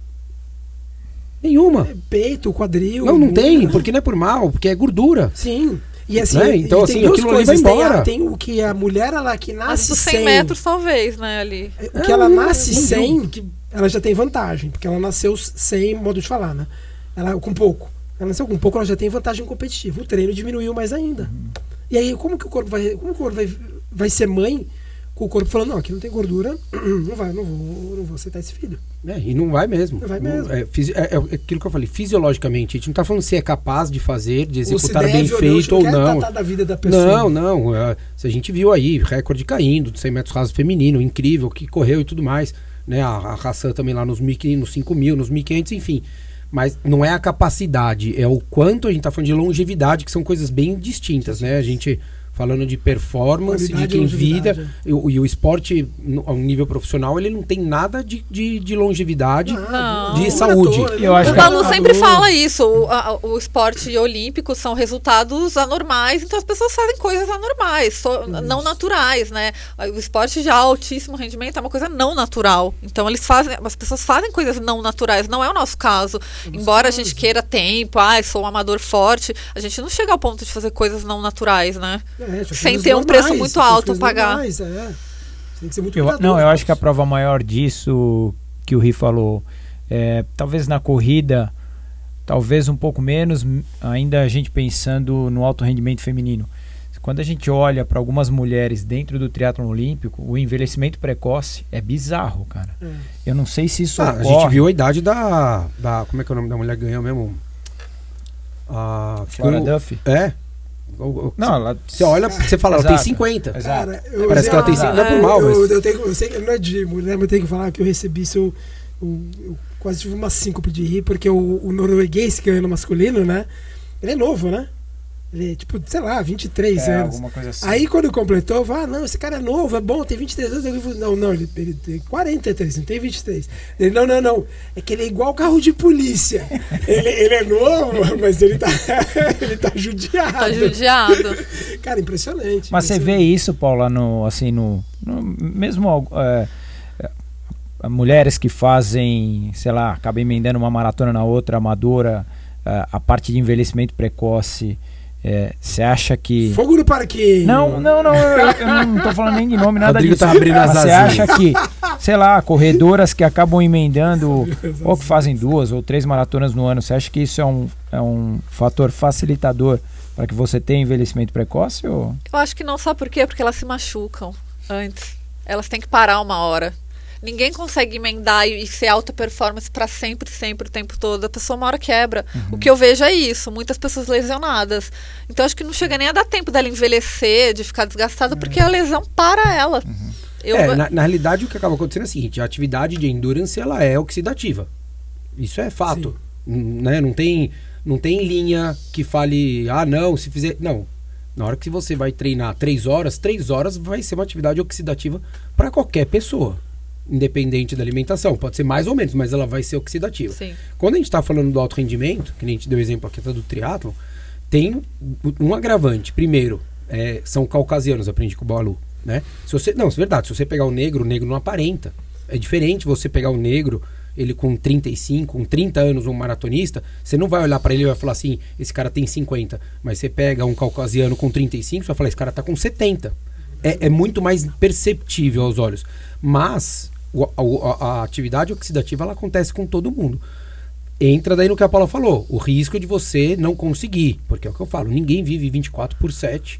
Nenhuma. É, peito, quadril. Não, não tem, porque não é por mal, porque é gordura. Sim. E assim, né? Então, assim, aquilo ali vai tem, embora. a, tem o que a mulher, ela que nasce dos sem... cem metros, talvez, né, ali. O que ela nasce sem, que ela já tem vantagem, porque ela nasceu sem, modo de falar, né? Ela com pouco. Ela nasceu com pouco, ela já tem vantagem competitiva. O treino diminuiu mais ainda. Uhum. E aí, como que o corpo vai, como o corpo vai, vai ser mãe com o corpo falando, não, aqui não tem gordura, não vai, não vou, não vou aceitar esse filho. É, e não vai mesmo. Não vai não, mesmo. É, é, é aquilo que eu falei, fisiologicamente, a gente não está falando se é capaz de fazer, de executar ou bem feito ou não. Ou não. Da vida da pessoa. Não, não. É, se a gente viu aí, recorde caindo, de cem metros rasos feminino, incrível, que correu e tudo mais. Né? A, a Hassan também lá nos, nos cinco mil, nos mil e quinhentos, enfim. Mas não é a capacidade, é o quanto a gente está falando de longevidade, que são coisas bem distintas, né? A gente falando de performance, qualidade de quem vida, e, e o esporte, no, a um nível profissional, ele não tem nada de, de, de longevidade, não. de saúde. Eu acho o Balu sempre fala isso, o, a, o esporte olímpico são resultados anormais, então as pessoas fazem coisas anormais, so, não naturais, né? O esporte de altíssimo rendimento é uma coisa não natural, então eles fazem, as pessoas fazem coisas não naturais, não é o nosso caso. Embora a gente queira tempo, ah, sou um amador forte, a gente não chega ao ponto de fazer coisas não naturais, né? É, sem ter um preço muito alto a pagar. Normais, é. Tem que ser muito eu, não, eu acho que a prova maior disso que o Ri falou, é, talvez na corrida, talvez um pouco menos, ainda a gente pensando no alto rendimento feminino. Quando a gente olha para algumas mulheres dentro do triatlon olímpico, o envelhecimento precoce é bizarro, cara. É. Eu não sei se isso ah, ocorre. A gente viu a idade da, da... Como é que é o nome da mulher que ganhou mesmo? A Flora Duffy? É. Não, ela... Você olha, você fala, ela tem cinquenta. Cara, eu, Parece eu, que ela tem cinquenta, não é por mal, eu, mas... Eu, eu, tenho, eu sei que não é de mulher, mas eu tenho que falar que eu recebi seu... Eu, eu quase tive uma síncope de rir, porque o, o norueguês que ganhou no masculino, né? Ele é novo, né? Ele é, tipo, sei lá, vinte e três É, anos. alguma coisa assim. Aí quando completou, eu falei, ah, não, esse cara é novo, é bom, tem vinte e três anos. Eu falei, não, não, ele, ele tem quarenta e três, não tem vinte e três. Ele, não, não, não, é que ele é igual carro de polícia. ele, ele é novo, mas ele tá, ele tá judiado. Tá judiado. Cara, impressionante. Mas você vê impressionante. isso, Paula, no, assim, no, no mesmo é, é, mulheres que fazem, sei lá, acabam emendando uma maratona na outra, amadora, é, a parte de envelhecimento precoce. Você é, acha que... Fogo no parquinho. Não, não, não, eu, eu não tô falando nem de nome, nada Rodrigo disso. tá abrindo as Você asinhas. acha que, sei lá, corredoras que acabam emendando, ou que fazem duas ou três maratonas no ano, você acha que isso é um, é um fator facilitador para que você tenha envelhecimento precoce? Ou... Eu acho que não, sabe por quê? Porque elas se machucam antes. Elas têm que parar uma hora. Ninguém consegue emendar e, e ser alta performance para sempre, sempre, o tempo todo. A pessoa uma hora quebra. Uhum. O que eu vejo é isso, muitas pessoas lesionadas. Então acho que não chega nem a dar tempo dela envelhecer, de ficar desgastada, uhum. porque a lesão para ela. Uhum. Eu... É, na, na realidade o que acaba acontecendo é o seguinte, a atividade de endurance ela é oxidativa. Isso é fato. Né? Não tem, não tem linha que fale, ah não, se fizer... Não. Na hora que você vai treinar três horas, três horas vai ser uma atividade oxidativa para qualquer pessoa. Independente da alimentação, pode ser mais ou menos, mas ela vai ser oxidativa. Sim. Quando a gente está falando do alto rendimento, que a gente deu exemplo aqui até do triatlon, tem um agravante. Primeiro, é, são caucasianos, aprendi com o Balu, né? Se você, não, é verdade, se você pegar o negro, o negro não aparenta. É diferente você pegar o negro, ele com trinta e cinco, com trinta anos, um maratonista, você não vai olhar para ele e vai falar assim, esse cara tem cinquenta. Mas você pega um caucasiano com trinta e cinco, você vai falar, esse cara tá com setenta. É, é muito mais perceptível aos olhos. Mas o, a, a atividade oxidativa ela acontece com todo mundo. Entra daí no que a Paula falou, o risco de você não conseguir, porque é o que eu falo, ninguém vive vinte e quatro por sete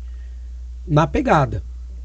na pegada.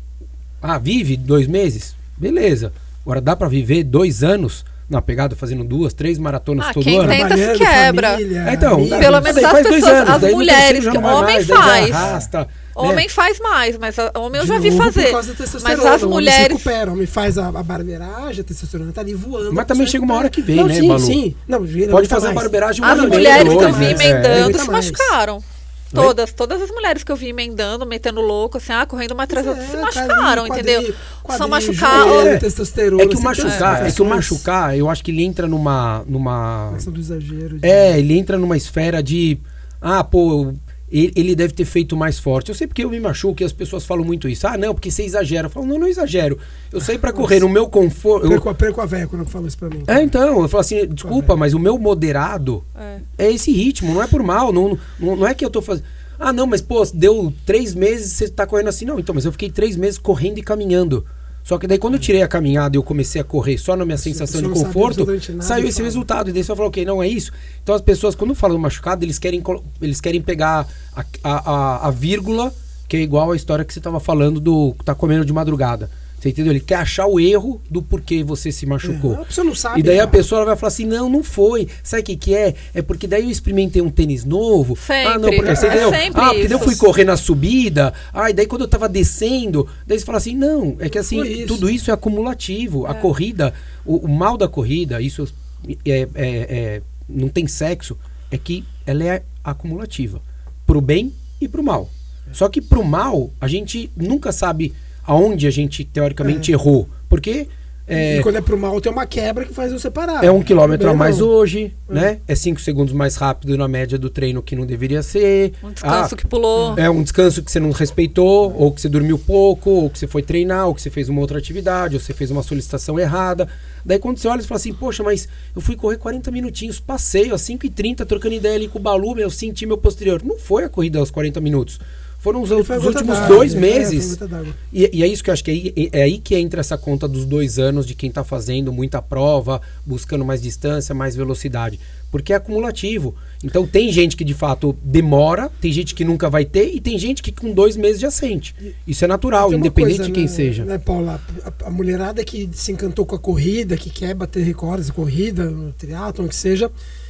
Ah, vive dois meses? Beleza. Agora dá para viver dois anos na pegada, fazendo duas, três maratonas ah, todo quem ano? tenta se quebra. Família, é, então, amiga. Pelo menos as faz dois pessoas, anos, as daí no mulheres, terceiro já que não vai homem mais, daí já faz. arrasta, Homem né? faz mais, mas a, homem eu De já vi novo, fazer. Por causa da Mas testosterona. as O homem mulheres. se recupera, o homem faz a, a barbeiragem, a testosterona tá ali voando. Mas também se chega uma hora que vem, não, né, sim, Balu? Sim, não, Pode fazer a barbeiragem um As ano e meio mulheres que eu depois, vi né? emendando É. se machucaram. Todas, todas as mulheres que eu vi emendando, metendo louco, assim, ah, correndo uma atrás da outra, se machucaram, quadril, entendeu? quadril, Só machucar. joelho, É. testosterona. É que o assim, machucar, tem é que o as machucar, eu acho que ele entra numa. numa questão do exagero. de- é, ele entra numa esfera de. Ah, pô, ele, ele deve ter feito mais forte. Eu sei porque eu me machuco e as pessoas falam muito isso. Ah, não, porque você exagera. Eu falo, não, não exagero. Eu saí pra correr no meu conforto. eu- Perco, a- perco a véia quando falou isso pra mim. É, então, eu falo assim, desculpa, mas o meu moderado É. é esse ritmo, não é por mal, não, não, não é que eu tô fazendo. Ah, não, mas pô, deu três meses você tá correndo assim. Não, então, mas eu fiquei três meses correndo e caminhando. Só que daí quando eu tirei a caminhada e eu comecei a correr só na minha sensação você de não sabe conforto, absolutamente nada saiu e esse fala. resultado. E daí você vai falar, ok, não é isso. Então as pessoas, quando falam machucado, eles querem, colo- eles querem pegar a, a, a, a vírgula, que é igual a história que você tava falando do tá comendo de madrugada. Você entendeu? Ele quer achar o erro do porquê você se machucou. É, a pessoa não sabe. E daí a cara. pessoa ela vai falar assim, não, não foi. Sabe o que que é? É porque daí eu experimentei um tênis novo. Sempre. Ah, não, porque, você É entendeu? sempre Ah, porque daí eu isso. fui correr na subida. Ah, e daí quando eu tava descendo, daí você fala assim, não, é que assim, Foi isso. tudo isso é acumulativo. A corrida, o, o mal da corrida, isso é, é- é- não tem sexo, é que ela é acumulativa. Pro bem e pro mal. Só que pro mal, a gente nunca sabe aonde a gente teoricamente É. errou. Porque é, E quando é pro mal, tem uma quebra que faz você parar. é um quilômetro a Bem, mais não. hoje, É. né? É cinco segundos mais rápido na média do treino que não deveria ser. Um descanso Ah, que pulou. é um descanso que você não respeitou, ou que você dormiu pouco, ou que você foi treinar, ou que você fez uma outra atividade, ou você fez uma solicitação errada. Daí quando você olha, você fala assim, poxa, mas eu fui correr quarenta minutinhos, passeio às cinco e trinta, trocando ideia ali com o Balu, meu, eu senti meu posterior. Não foi a corrida aos quarenta minutos. Foram os, Ele os foi a gota últimos d'água, dois é, foi a meses. gota d'água. E, e é isso que eu acho que é aí, é aí que entra essa conta dos dois anos de quem está fazendo muita prova, buscando mais distância, mais velocidade. Porque é acumulativo. Então tem gente que de fato demora, tem gente que nunca vai ter e tem gente que com dois meses já sente. Isso é natural, Tem uma independente coisa, de quem né, seja. Né, Paula? A, a mulherada que se encantou com a corrida, que quer bater recordes de corrida, no triatlon, que seja.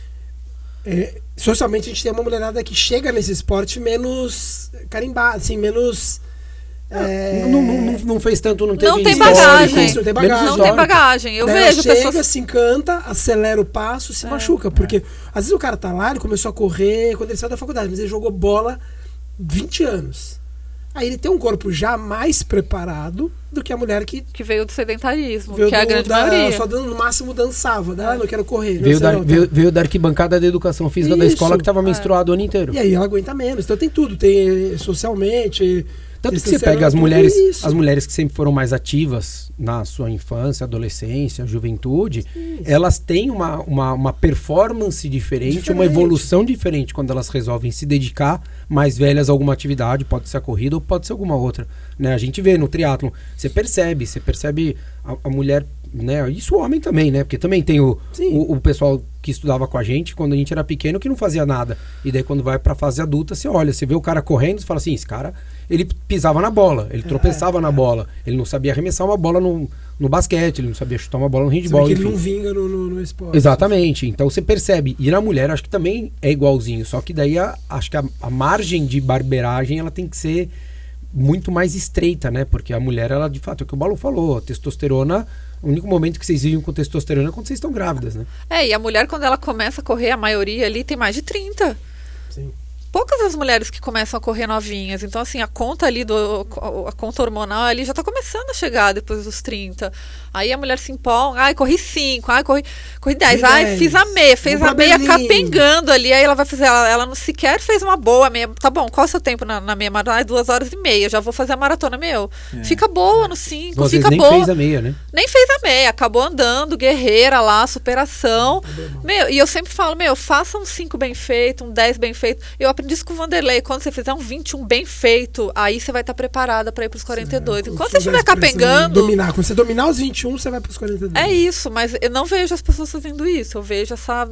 É, socialmente a gente tem uma mulherada que chega nesse esporte menos carimbada, assim, menos É... Não, não, não, não fez tanto, não teve Não tem histórico. bagagem. Não tem bagagem. Não tem bagagem. Eu Daí vejo ela chega, pessoas... se encanta, acelera o passo, se É. machuca. Porque às vezes o cara tá lá, ele começou a correr quando ele saiu da faculdade, mas ele jogou bola vinte anos. Aí ele tem um corpo já mais preparado do que a mulher que que veio do sedentarismo, veio que é a do- grande da- maioria. só dando, no máximo dançava. Daí, ah, não quero correr. não Veio sei da, não, tá. veio, veio da arquibancada da educação física da Isso. escola que estava menstruado o ano inteiro. E aí ela aguenta menos. Então tem tudo. Tem eh, socialmente. Tanto que você testosterona, pega as tudo mulheres, isso. as mulheres que sempre foram mais ativas na sua infância, adolescência, juventude, elas têm uma, uma, uma performance diferente, Diferente. uma evolução diferente quando elas resolvem se dedicar mais velhas a alguma atividade, pode ser a corrida ou pode ser alguma outra. Né? A gente vê no triatlon, você percebe, você percebe a, a mulher, né? Isso o homem também, né? Porque também tem o, Sim. o, o pessoal que estudava com a gente quando a gente era pequeno que não fazia nada. E daí quando vai pra fase adulta, você olha, você vê o cara correndo, você fala assim, esse cara, ele pisava na bola, ele tropeçava é, na é. bola, ele não sabia arremessar uma bola no, no basquete, ele não sabia chutar uma bola no Você vê handball, que ele enfim. não vinga no, no, no esporte. Exatamente, então você percebe. E na mulher acho que também é igualzinho, só que daí a, acho que a, a margem de barbeiragem ela tem que ser muito mais estreita, né? Porque a mulher, ela de fato, é o que o Balu falou, a testosterona, o único momento que vocês vivem com testosterona é quando vocês estão grávidas, né? É, e a mulher, quando ela começa a correr, a maioria ali tem mais de trinta. Sim. Poucas as mulheres que começam a correr novinhas. Então, assim, a conta ali, do, a conta hormonal ali já tá começando a chegar depois dos trinta. Aí a mulher se empolga, ai, corri cinco, ai, corri, corri dez, ai, dez. fiz a meia, fez Vou a pra meia Berlim. capengando ali, aí ela vai fazer, ela, ela não sequer fez uma boa meia. Tá bom, qual é o seu tempo na, na meia maratona? Ai, duas horas e meia, eu já vou fazer a maratona, meu. Fica boa no cinco, Às vezes fica nem boa. fez a meia, né? Nem fez a meia, acabou andando, guerreira lá, superação. Meu, e eu sempre falo, meu, faça um cinco bem feito, um dez bem feito. Eu aprendi isso com o Vanderlei. Quando você fizer um vinte e um bem feito, aí você vai estar preparada para ir para os quarenta e dois. Enquanto você estiver capengando. Dominar. Quando você dominar os vinte e um, você vai para os quarenta e dois. É isso, mas eu não vejo as pessoas fazendo isso. Eu vejo essa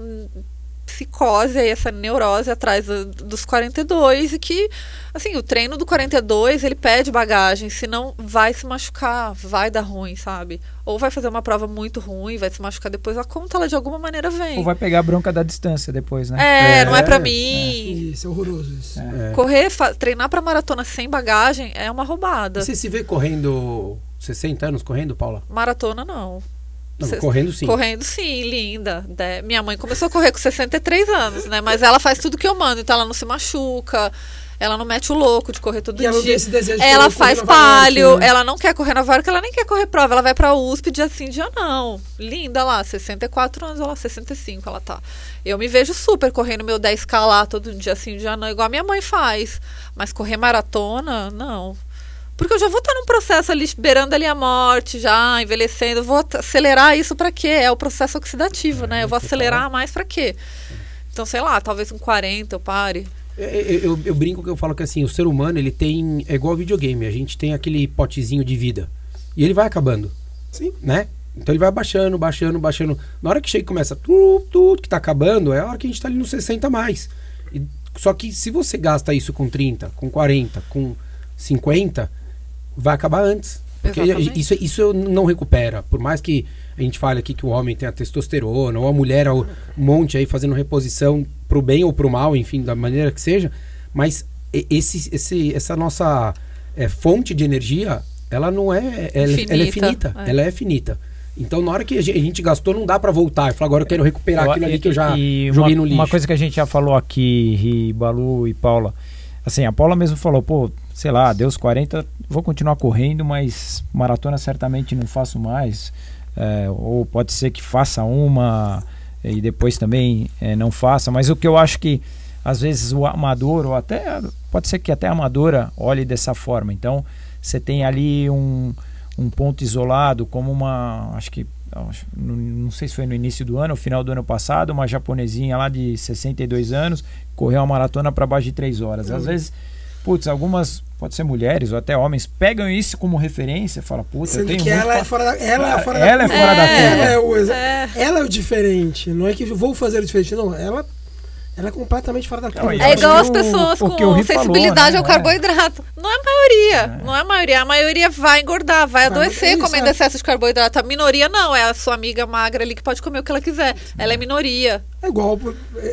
psicose aí, essa neurose atrás do- dos quarenta e dois e que, assim, o treino do quarenta e dois, ele pede bagagem, senão vai se machucar, vai dar ruim, sabe? Ou vai fazer uma prova muito ruim, vai se machucar depois, a conta ela de alguma maneira vem. Ou vai pegar a bronca da distância depois, né? É, É, não é pra é. mim. Isso, é horroroso isso. É. Correr, fa- treinar pra maratona sem bagagem é uma roubada. Você se vê correndo sessenta anos correndo, Paula? Maratona não. Não, Cê- correndo sim. Correndo sim, linda. De- Minha mãe começou a correr com sessenta e três anos, né? Mas ela faz tudo que eu mando, então ela não se machuca, ela não mete o louco de correr todo E ela não tem dia. esse desejo de Ela correr faz Nova York, palio, né? ela não quer correr na Nova York, ela nem quer correr prova, ela vai pra U S P dia sim, dia não. Linda lá, sessenta e quatro anos, ela sessenta e cinco ela tá. Eu me vejo super correndo meu dez K lá todo dia sim, dia não, igual a minha mãe faz. Mas correr maratona, não. Porque eu já vou estar num processo ali, beirando ali a morte, já envelhecendo. Eu vou at- acelerar isso pra quê? É o processo oxidativo, né? Eu vou acelerar mais pra quê? Então, sei lá, talvez com quarenta eu pare. Eu, eu, eu brinco que eu falo que assim, o ser humano, ele tem, é igual videogame, a gente tem aquele potezinho de vida. E ele vai acabando, Sim. né? Então ele vai baixando, baixando, baixando. Na hora que chega e começa tudo, tudo que tá acabando, é a hora que a gente tá ali nos sessenta a mais. E, só que se você gasta isso com trinta, com quarenta, com cinquenta, vai acabar antes. Porque Exatamente. isso, isso não recupera. Por mais que a gente fale aqui que o homem tem a testosterona, ou a mulher um monte aí fazendo reposição pro bem ou pro mal, enfim, da maneira que seja, mas e- esse, esse, essa nossa é, fonte de energia, ela não é... Ela, ela é Finita, finita. é. Ela é finita. Então, na hora que a gente, a gente gastou, não dá pra voltar. Eu falo, agora eu quero recuperar Eu- aquilo ali que eu já e joguei uma, no lixo. Uma coisa que a gente já falou aqui, Ri, Balu e Paula, assim, a Paula mesmo falou, pô, sei lá, deu os quarenta, vou continuar correndo, mas maratona certamente não faço mais, é, ou pode ser que faça uma e depois também é, não faça, mas o que eu acho que às vezes o amador, ou até, pode ser que até a amadora olhe dessa forma, então você tem ali um, um ponto isolado, como uma, acho que acho- não, não sei se foi no início do ano, no final do ano passado, uma japonesinha lá de sessenta e dois anos correu uma maratona para baixo de três horas. Às vezes, putz, algumas, pode ser mulheres ou até homens, pegam isso como referência e falam, putz, eu Sendo tenho que muito ela é pra- fora da, ela é fora da Ela é curva. fora da É, curva. Ela é, o, exa- É. ela é o diferente. Não é que vou fazer o diferente, não. Ela, ela é completamente fora da curva. e É acho igual que as o- pessoas o que o com Ri falou, sensibilidade né? ao É. carboidrato. Não é a maioria. Não é a maioria. A maioria vai engordar, vai Vai, adoecer é isso, comendo é. excesso de carboidrato. A minoria não. É a sua amiga magra ali que pode comer o que ela quiser. Ela é minoria. É igual é,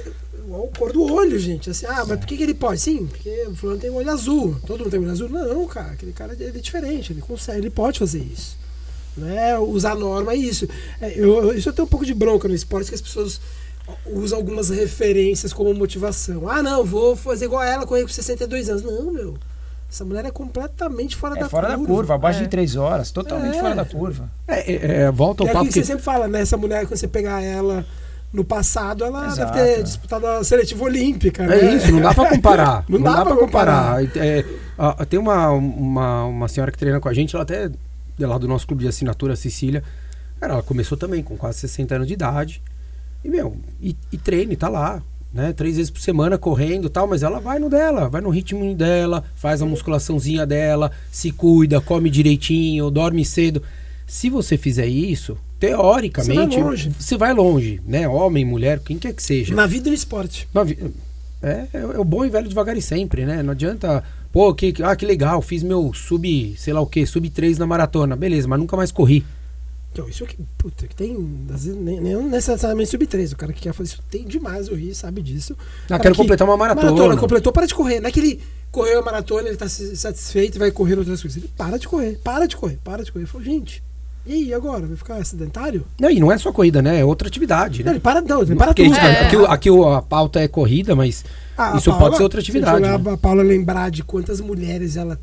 a cor do olho, gente. Assim, ah, mas por que, que ele pode? Sim, porque o fulano tem olho azul. Todo mundo tem olho azul? Não, cara, aquele cara ele é diferente, ele consegue, ele pode fazer isso. Não é usar a norma, é isso. É, eu, isso eu tenho um pouco de bronca no esporte, que as pessoas usam algumas referências como motivação. Ah, não, vou fazer igual a ela, correr com sessenta e dois anos. Não, meu. Essa mulher é completamente fora é da fora curva. da curva, abaixo É. de três horas, totalmente É. fora da curva. É, é, é, volta ao É papo aquilo que que... você sempre fala, né? Essa mulher, quando você pegar ela no passado, ela Exato. deve ter disputado a seletiva olímpica, né? É isso, não dá pra comparar. Não dá pra comparar. É, a- tem uma, uma, uma senhora que treina com a gente, ela até é lá do nosso clube de assinatura, a Cecília. Cara, ela começou também com quase sessenta anos de idade. E, meu, e, e treina, e tá lá, né? Três vezes por semana correndo e tal, mas ela vai no dela, vai no ritmo dela, faz a musculaçãozinha dela, se cuida, come direitinho, dorme cedo. Se você fizer isso, teoricamente, Você vai longe. você vai longe, né? Homem, mulher, quem quer que seja. Na vida e no esporte. Na vi- É, é, é o bom e velho devagar e sempre, né? Não adianta, pô, que, que- ah, que legal, fiz meu sub, sei lá o que, sub três na maratona, beleza, mas nunca mais corri. Então, isso que, puta, que tem, às vezes, nem, nem necessariamente sub três. O cara que quer fazer isso tem demais, o Rio sabe disso. Ah, Cara quero que- completar uma maratona. Maratona, completou, para de correr. Não é que ele correu a maratona, ele tá se- satisfeito e vai correr outras coisas. Ele para de correr, para de correr, para de correr. Ele falou, gente, e aí agora? Vai ficar sedentário? Não, e não é só corrida, né? É outra atividade, Não, né? ele para, não, ele para Porque tudo. a gente- É. aqui, o- aqui o- a pauta é corrida, mas Ah, a isso Paula, pode ser outra atividade. Se a, gente né? olhar a Paula lembrar de quantas mulheres ela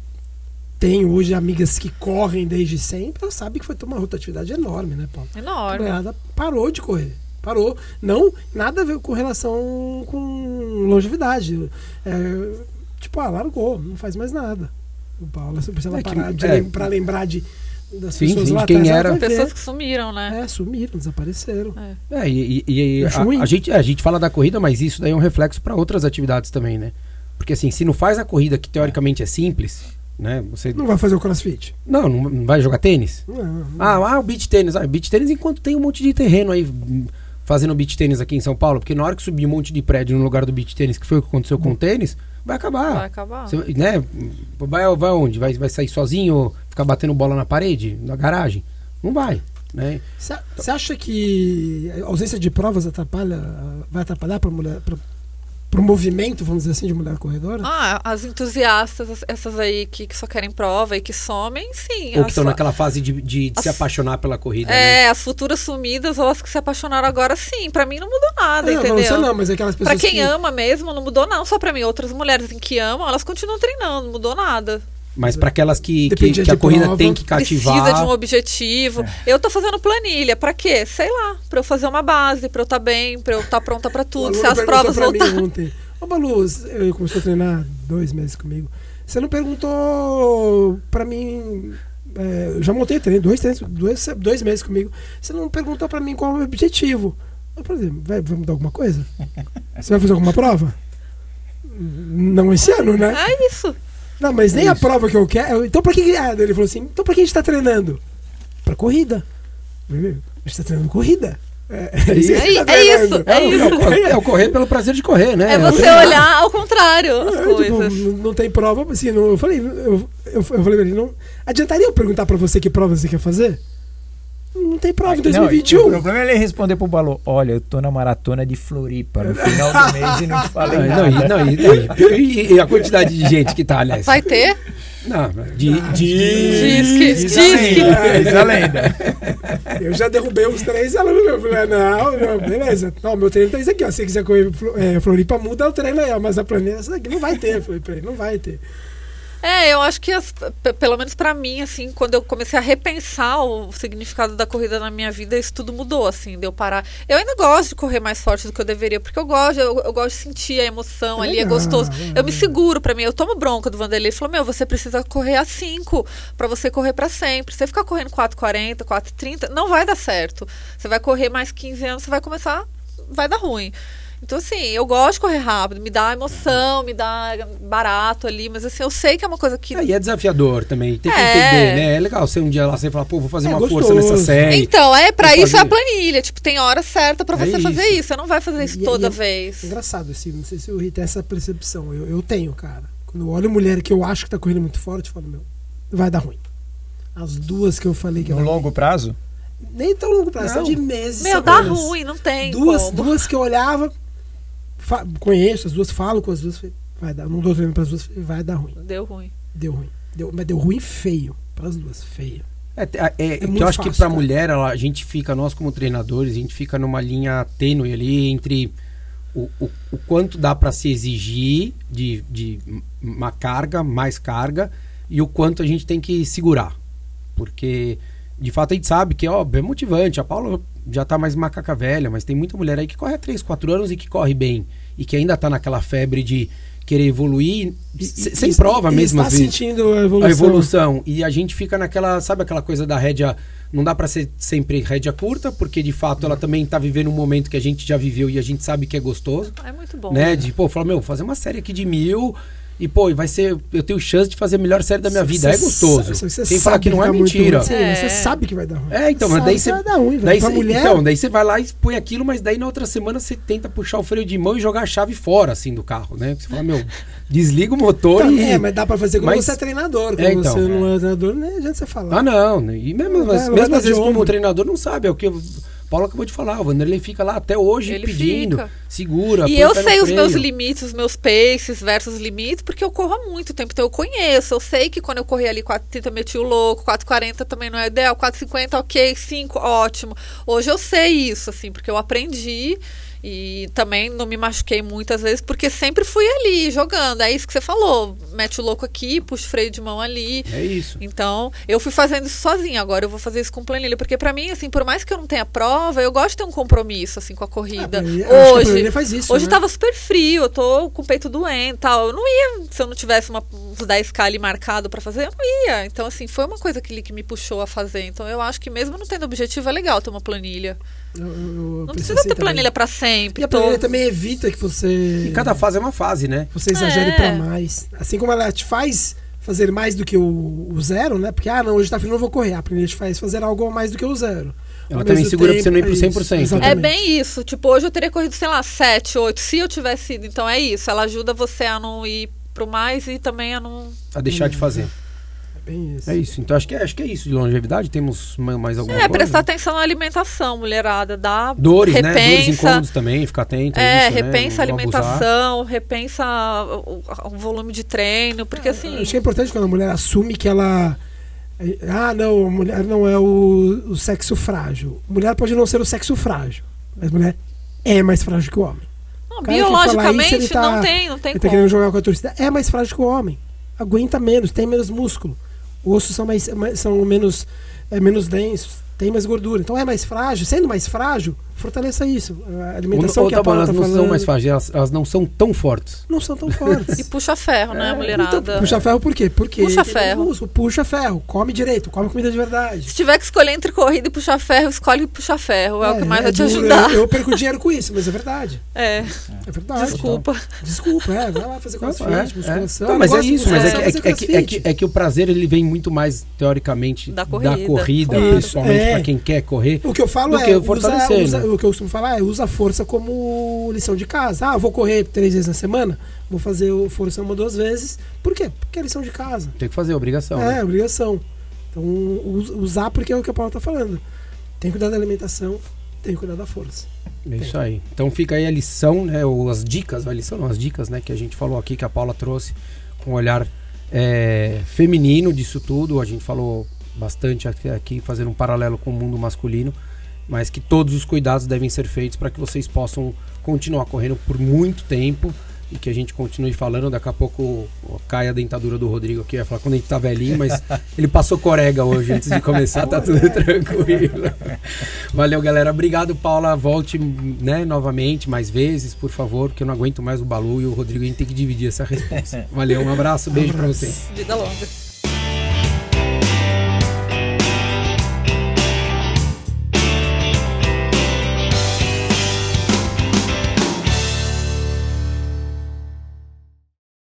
tem hoje, amigas que correm desde sempre, ela sabe que foi ter uma rotatividade enorme, né, Paula? Enorme. Ela parou de correr. Parou. Não, nada a ver com relação com longevidade. É, tipo, ah, largou, não faz mais nada. O Paulo, se ela É que- parar de é. lem- pra lembrar de, das Sim, pessoas sim, lá de quem atrás, ela era. vai ver. Pessoas que sumiram, né? É, sumiram, desapareceram. É. É, e, e- e Eu acho a, ruim. a gente, a gente fala da corrida, mas isso daí é um reflexo para outras atividades também, né? Porque assim, se não faz a corrida que teoricamente é simples, né? Você Não vai fazer o crossfit. não, não, não vai jogar tênis? Não, não. Ah, ah, o beach tênis. Ah, beach tênis enquanto tem um monte de terreno aí hum, fazendo beach tênis aqui em São Paulo, porque na hora que subir um monte de prédio no lugar do beach tênis, que foi o que aconteceu com o tênis, vai acabar. Vai acabar. Você, né? Vai, vai onde? Vai, vai sair sozinho, ficar batendo bola na parede, na garagem? Não vai, né? Você acha que a ausência de provas atrapalha, vai atrapalhar para mulher, para o movimento, vamos dizer assim, de mulher corredora? Ah, as entusiastas, as- essas aí que, que só querem prova e que somem, sim. Ou As que estão fu- naquela fase de, de- de se as- apaixonar pela corrida, né? É, as futuras sumidas ou as que se apaixonaram agora, sim. Pra mim não mudou nada, não, entendeu? não, você não, mas é aquelas pessoas Pra quem que... ama mesmo, não mudou não. Só pra mim, outras mulheres em que amam, elas continuam treinando, não mudou nada. Mas para aquelas que, que, Dependia que a de corrida prova, tem que cativar. Precisa de um objetivo. Eu tô fazendo planilha, pra quê? Sei lá, pra eu fazer uma base, pra eu estar bem, pra eu estar pronta pra O tudo. aluno Se as perguntou provas pra voltarem. mim ontem, ô Balu, eu começou a treinar dois meses comigo. Você não perguntou pra mim. É, eu já montei treino, dois, treinos, dois, dois meses comigo. Você não perguntou pra mim qual é o meu objetivo. Eu, por exemplo, vai, vai mudar alguma coisa? Você vai fazer alguma prova? Não esse ano, né? É isso. Não, mas nem É a isso. prova que eu quero. Então pra que. Ah, ele falou assim: então pra que a gente tá treinando? Pra corrida. A gente tá treinando corrida. É, é isso. que a É, gente tá é treinando. isso, É, é o- isso. é o correr, é o correr pelo prazer de correr, né? É o você treinar. olhar ao contrário as É, tipo, coisas. não, não tem prova, assim, não, eu falei, eu, eu, eu falei pra ele, não adiantaria eu perguntar pra você que prova você quer fazer? Não tem prova em dois mil e vinte e Não, o um. problema é ele responder pro Balu: olha, eu tô na maratona de Floripa no final do mês e não te falei Não, nada. não, e- não, e, e- e a quantidade de gente que tá nessa? Vai ter? Não, de, de... Diz que- Diz diz a que- lenda, diz a lenda. Eu já derrubei uns três alunos meus. Eu falei, não, não, beleza. Não, meu treino tá isso aqui, ó. Se você quiser correr Flo- é, Floripa, muda o treino aí, ó. Mas a planilha é essa daqui. Não vai ter, eu falei pra ele, não vai ter. É, eu acho que, as- p- pelo menos pra mim, assim, quando eu comecei a repensar o significado da corrida na minha vida, isso tudo mudou, assim, de eu parar. Eu ainda gosto de correr mais forte do que eu deveria, porque eu gosto, eu, eu gosto de sentir a emoção É ali, é legal, gostoso. é. Eu me seguro pra mim, eu tomo bronca do Vanderlei, ele falou, meu, você precisa correr a cinco pra você correr pra sempre. Você ficar correndo quatro e quarenta, quatro e trinta, não vai dar certo. Você vai correr mais quinze anos, você vai começar, vai dar ruim. Então, assim, eu gosto de correr rápido, me dá emoção, me dá barato ali, mas assim, eu sei que é uma coisa que. Ah, e é desafiador também, tem que É. entender, né? É legal você um dia lá, você falar, pô, vou fazer É uma gostoso. força nessa série. Então, é, pra Vou isso é a fazer. planilha. Tipo, tem hora certa pra É você fazer isso. isso. Você não vai fazer isso E- toda e é- vez. É engraçado, assim, não sei se o Rui tem essa percepção. Eu, eu tenho, cara. Quando eu olho mulher que eu acho que tá correndo muito forte, eu falo, meu, vai dar ruim. As duas que eu falei que No era- longo prazo? nem tão longo prazo, Não. só de meses. Meu, dá semanas. ruim, não tem Duas, como. duas que eu olhava, fa- conheço as duas, falo com as duas, vai dar, não dou treino para as duas, vai dar ruim. Deu ruim. Deu ruim. Deu, mas deu ruim feio para as duas, feio. É, é, é, É que muito eu acho fácil, que pra cara. mulher, ela, a gente fica, nós como treinadores, a gente fica numa linha tênue ali entre o, o, o quanto dá pra se exigir de, de uma carga, mais carga, e o quanto a gente tem que segurar. Porque, de fato, a gente sabe que ó, é motivante. A Paula já tá mais macaca velha, mas tem muita mulher aí que corre há três, quatro anos e que corre bem. E que ainda tá naquela febre de querer evoluir, E- se- e- sem e- prova e mesmo, está às vezes. sentindo a evolução. A evolução. E a gente fica naquela, sabe aquela coisa da rédea, não dá pra ser sempre rédea curta, porque de fato ela também tá vivendo um momento que a gente já viveu e a gente sabe que é gostoso, É muito bom. né? De, pô, falar, meu, fazer uma série aqui de mil e, pô, vai ser, eu tenho chance de fazer a melhor série da minha vida. É gostoso. Você Sem falar que não é dá muito mentira. ruim. Sim, É. Você sabe que vai dar ruim. É, então, mas Sabe daí que você. vai dar ruim, velho. Daí Pra cê- mulher, Então, daí você vai lá e põe aquilo, mas daí na outra semana você tenta puxar o freio de mão e jogar a chave fora, assim, do carro, né? Você fala, meu, desliga o motor Então, e. é, mas dá pra fazer quando Mas- você é treinador. Quando É, então. você não é treinador, nem adianta você falar. Ah, não. né? E mesmo, Não, mas, vai- mesmo vai às dar vezes de como ombro. treinador não sabe, é o que o Paulo acabou de falar. O Vanderlei fica lá até hoje Ele pedindo, fica. segura. E põe eu o pé no sei os freio. meus limites, os meus paces versus limites, porque eu corro há muito tempo, então eu conheço. Eu sei que quando eu corri ali quatro e trinta meti o louco, quatro e quarenta também não é ideal, quatro e cinquenta ok, cinco ótimo. Hoje eu sei isso, assim, porque eu aprendi e também não me machuquei muitas vezes, porque sempre fui ali jogando. É isso que você falou, mete o louco aqui, puxa o freio de mão ali. É isso. Então, eu fui fazendo isso sozinha, agora eu vou fazer isso com planilha, porque pra mim, assim, por mais que eu não tenha prova, eu gosto de ter um compromisso, assim, com a corrida. Ah, eu acho que a Hoje, planilha faz isso, hoje né? tava super frio, eu tô com o peito doente e tal. Eu não ia, se eu não tivesse uma, uns dez quilos ali marcado pra fazer, eu não ia. Então, assim, foi uma coisa que, que me puxou a fazer. Então, eu acho que mesmo não tendo objetivo, é legal ter uma planilha. Eu- eu- eu Não pensei precisa assim ter também. planilha pra sempre. E a tô- planilha também evita que você... E cada fase é uma fase, né? Você exagere É. pra mais. Assim como ela te faz fazer mais do que o, o zero, né? Porque, ah, não, hoje tá frio, não vou correr. A planilha te faz fazer algo a mais do que o zero. Ela Ao também mesmo segura pra você não ir pro é isso, cem por cento. É exatamente. bem isso. Tipo, hoje eu teria corrido, sei lá, sete, oito, se eu tivesse ido. Então é isso. Ela ajuda você a não ir pro mais e também a não. A deixar de fazer. É bem isso. É isso. Então acho que é, acho que é isso de longevidade. Temos ma- mais alguma É, coisa? prestar atenção na alimentação, mulherada. Dá. Dores, né? Dores, repensa. incômodos também, ficar atento a É, isso, né? repensa a Não abusar. alimentação, repensa o, o volume de treino, porque assim. Acho que é importante quando a mulher assume que ela... Ah, não, a mulher não é o, o sexo frágil. Mulher pode não ser o sexo frágil, mas mulher é mais frágil que o homem. Não, O cara que fala biologicamente isso, ele tá- não tem, não tem Ele tá como. querendo jogar com a torcida. É mais frágil que o homem. Aguenta menos, tem menos músculo. Ossos são, mais, mais- são menos, é, menos densos, tem mais gordura. Então é mais frágil. Sendo mais frágil, fortaleça isso. A alimentação Ou, que ou, a tá bom, Paula elas tá não falando são mais frágeis, elas, elas não são tão fortes. não são tão fortes. E puxa ferro, né, mulherada? Então, puxa ferro por quê? Porque Puxa tem ferro. mais músculo. Puxa ferro. Come direito. Come comida de verdade. Se tiver que escolher entre corrida e puxar ferro, escolhe puxar ferro. É, o que mais vai te duro, ajudar. Eu, eu perco dinheiro com isso, mas é verdade. É, É verdade. desculpa. Desculpa, é. Vai lá fazer crossfit, É, é. musculação. Não, mas Eu é gosto de isso, mas é que, musculação, é, que, é, que, é, que, é que o prazer ele vem muito mais, teoricamente, Da corrida. corrida, Claro. principalmente É. para quem quer correr. O que eu falo do é, que usa, fortalecer, usa- né? o que eu costumo falar é, usa a força como lição de casa. Ah, eu vou correr três vezes na semana, vou fazer o força uma, duas vezes. Por quê? Porque é lição de casa. Tem que fazer, obrigação. é, né? obrigação. Então, us- usar porque é o que a Paula tá falando. Tem que cuidar da alimentação, tem que cuidar da força. É isso aí. Então fica aí a lição, né? Ou as dicas, a lição não, as dicas, né? Que a gente falou aqui, que a Paula trouxe com um olhar é, feminino disso tudo. A gente falou bastante aqui, aqui, fazendo um paralelo com o mundo masculino, mas que todos os cuidados devem ser feitos para que vocês possam continuar correndo por muito tempo e que a gente continue falando. Daqui a pouco ó, cai a dentadura do Rodrigo aqui, vai falar quando a gente tá velhinho, mas ele passou corega hoje antes de começar, tá tudo tranquilo. Valeu, galera. Obrigado, Paula. Volte, né, novamente, mais vezes, por favor, porque eu não aguento mais o Balu e o Rodrigo, a gente tem que dividir essa resposta. Valeu, um abraço, beijo pra vocês. Vida longa.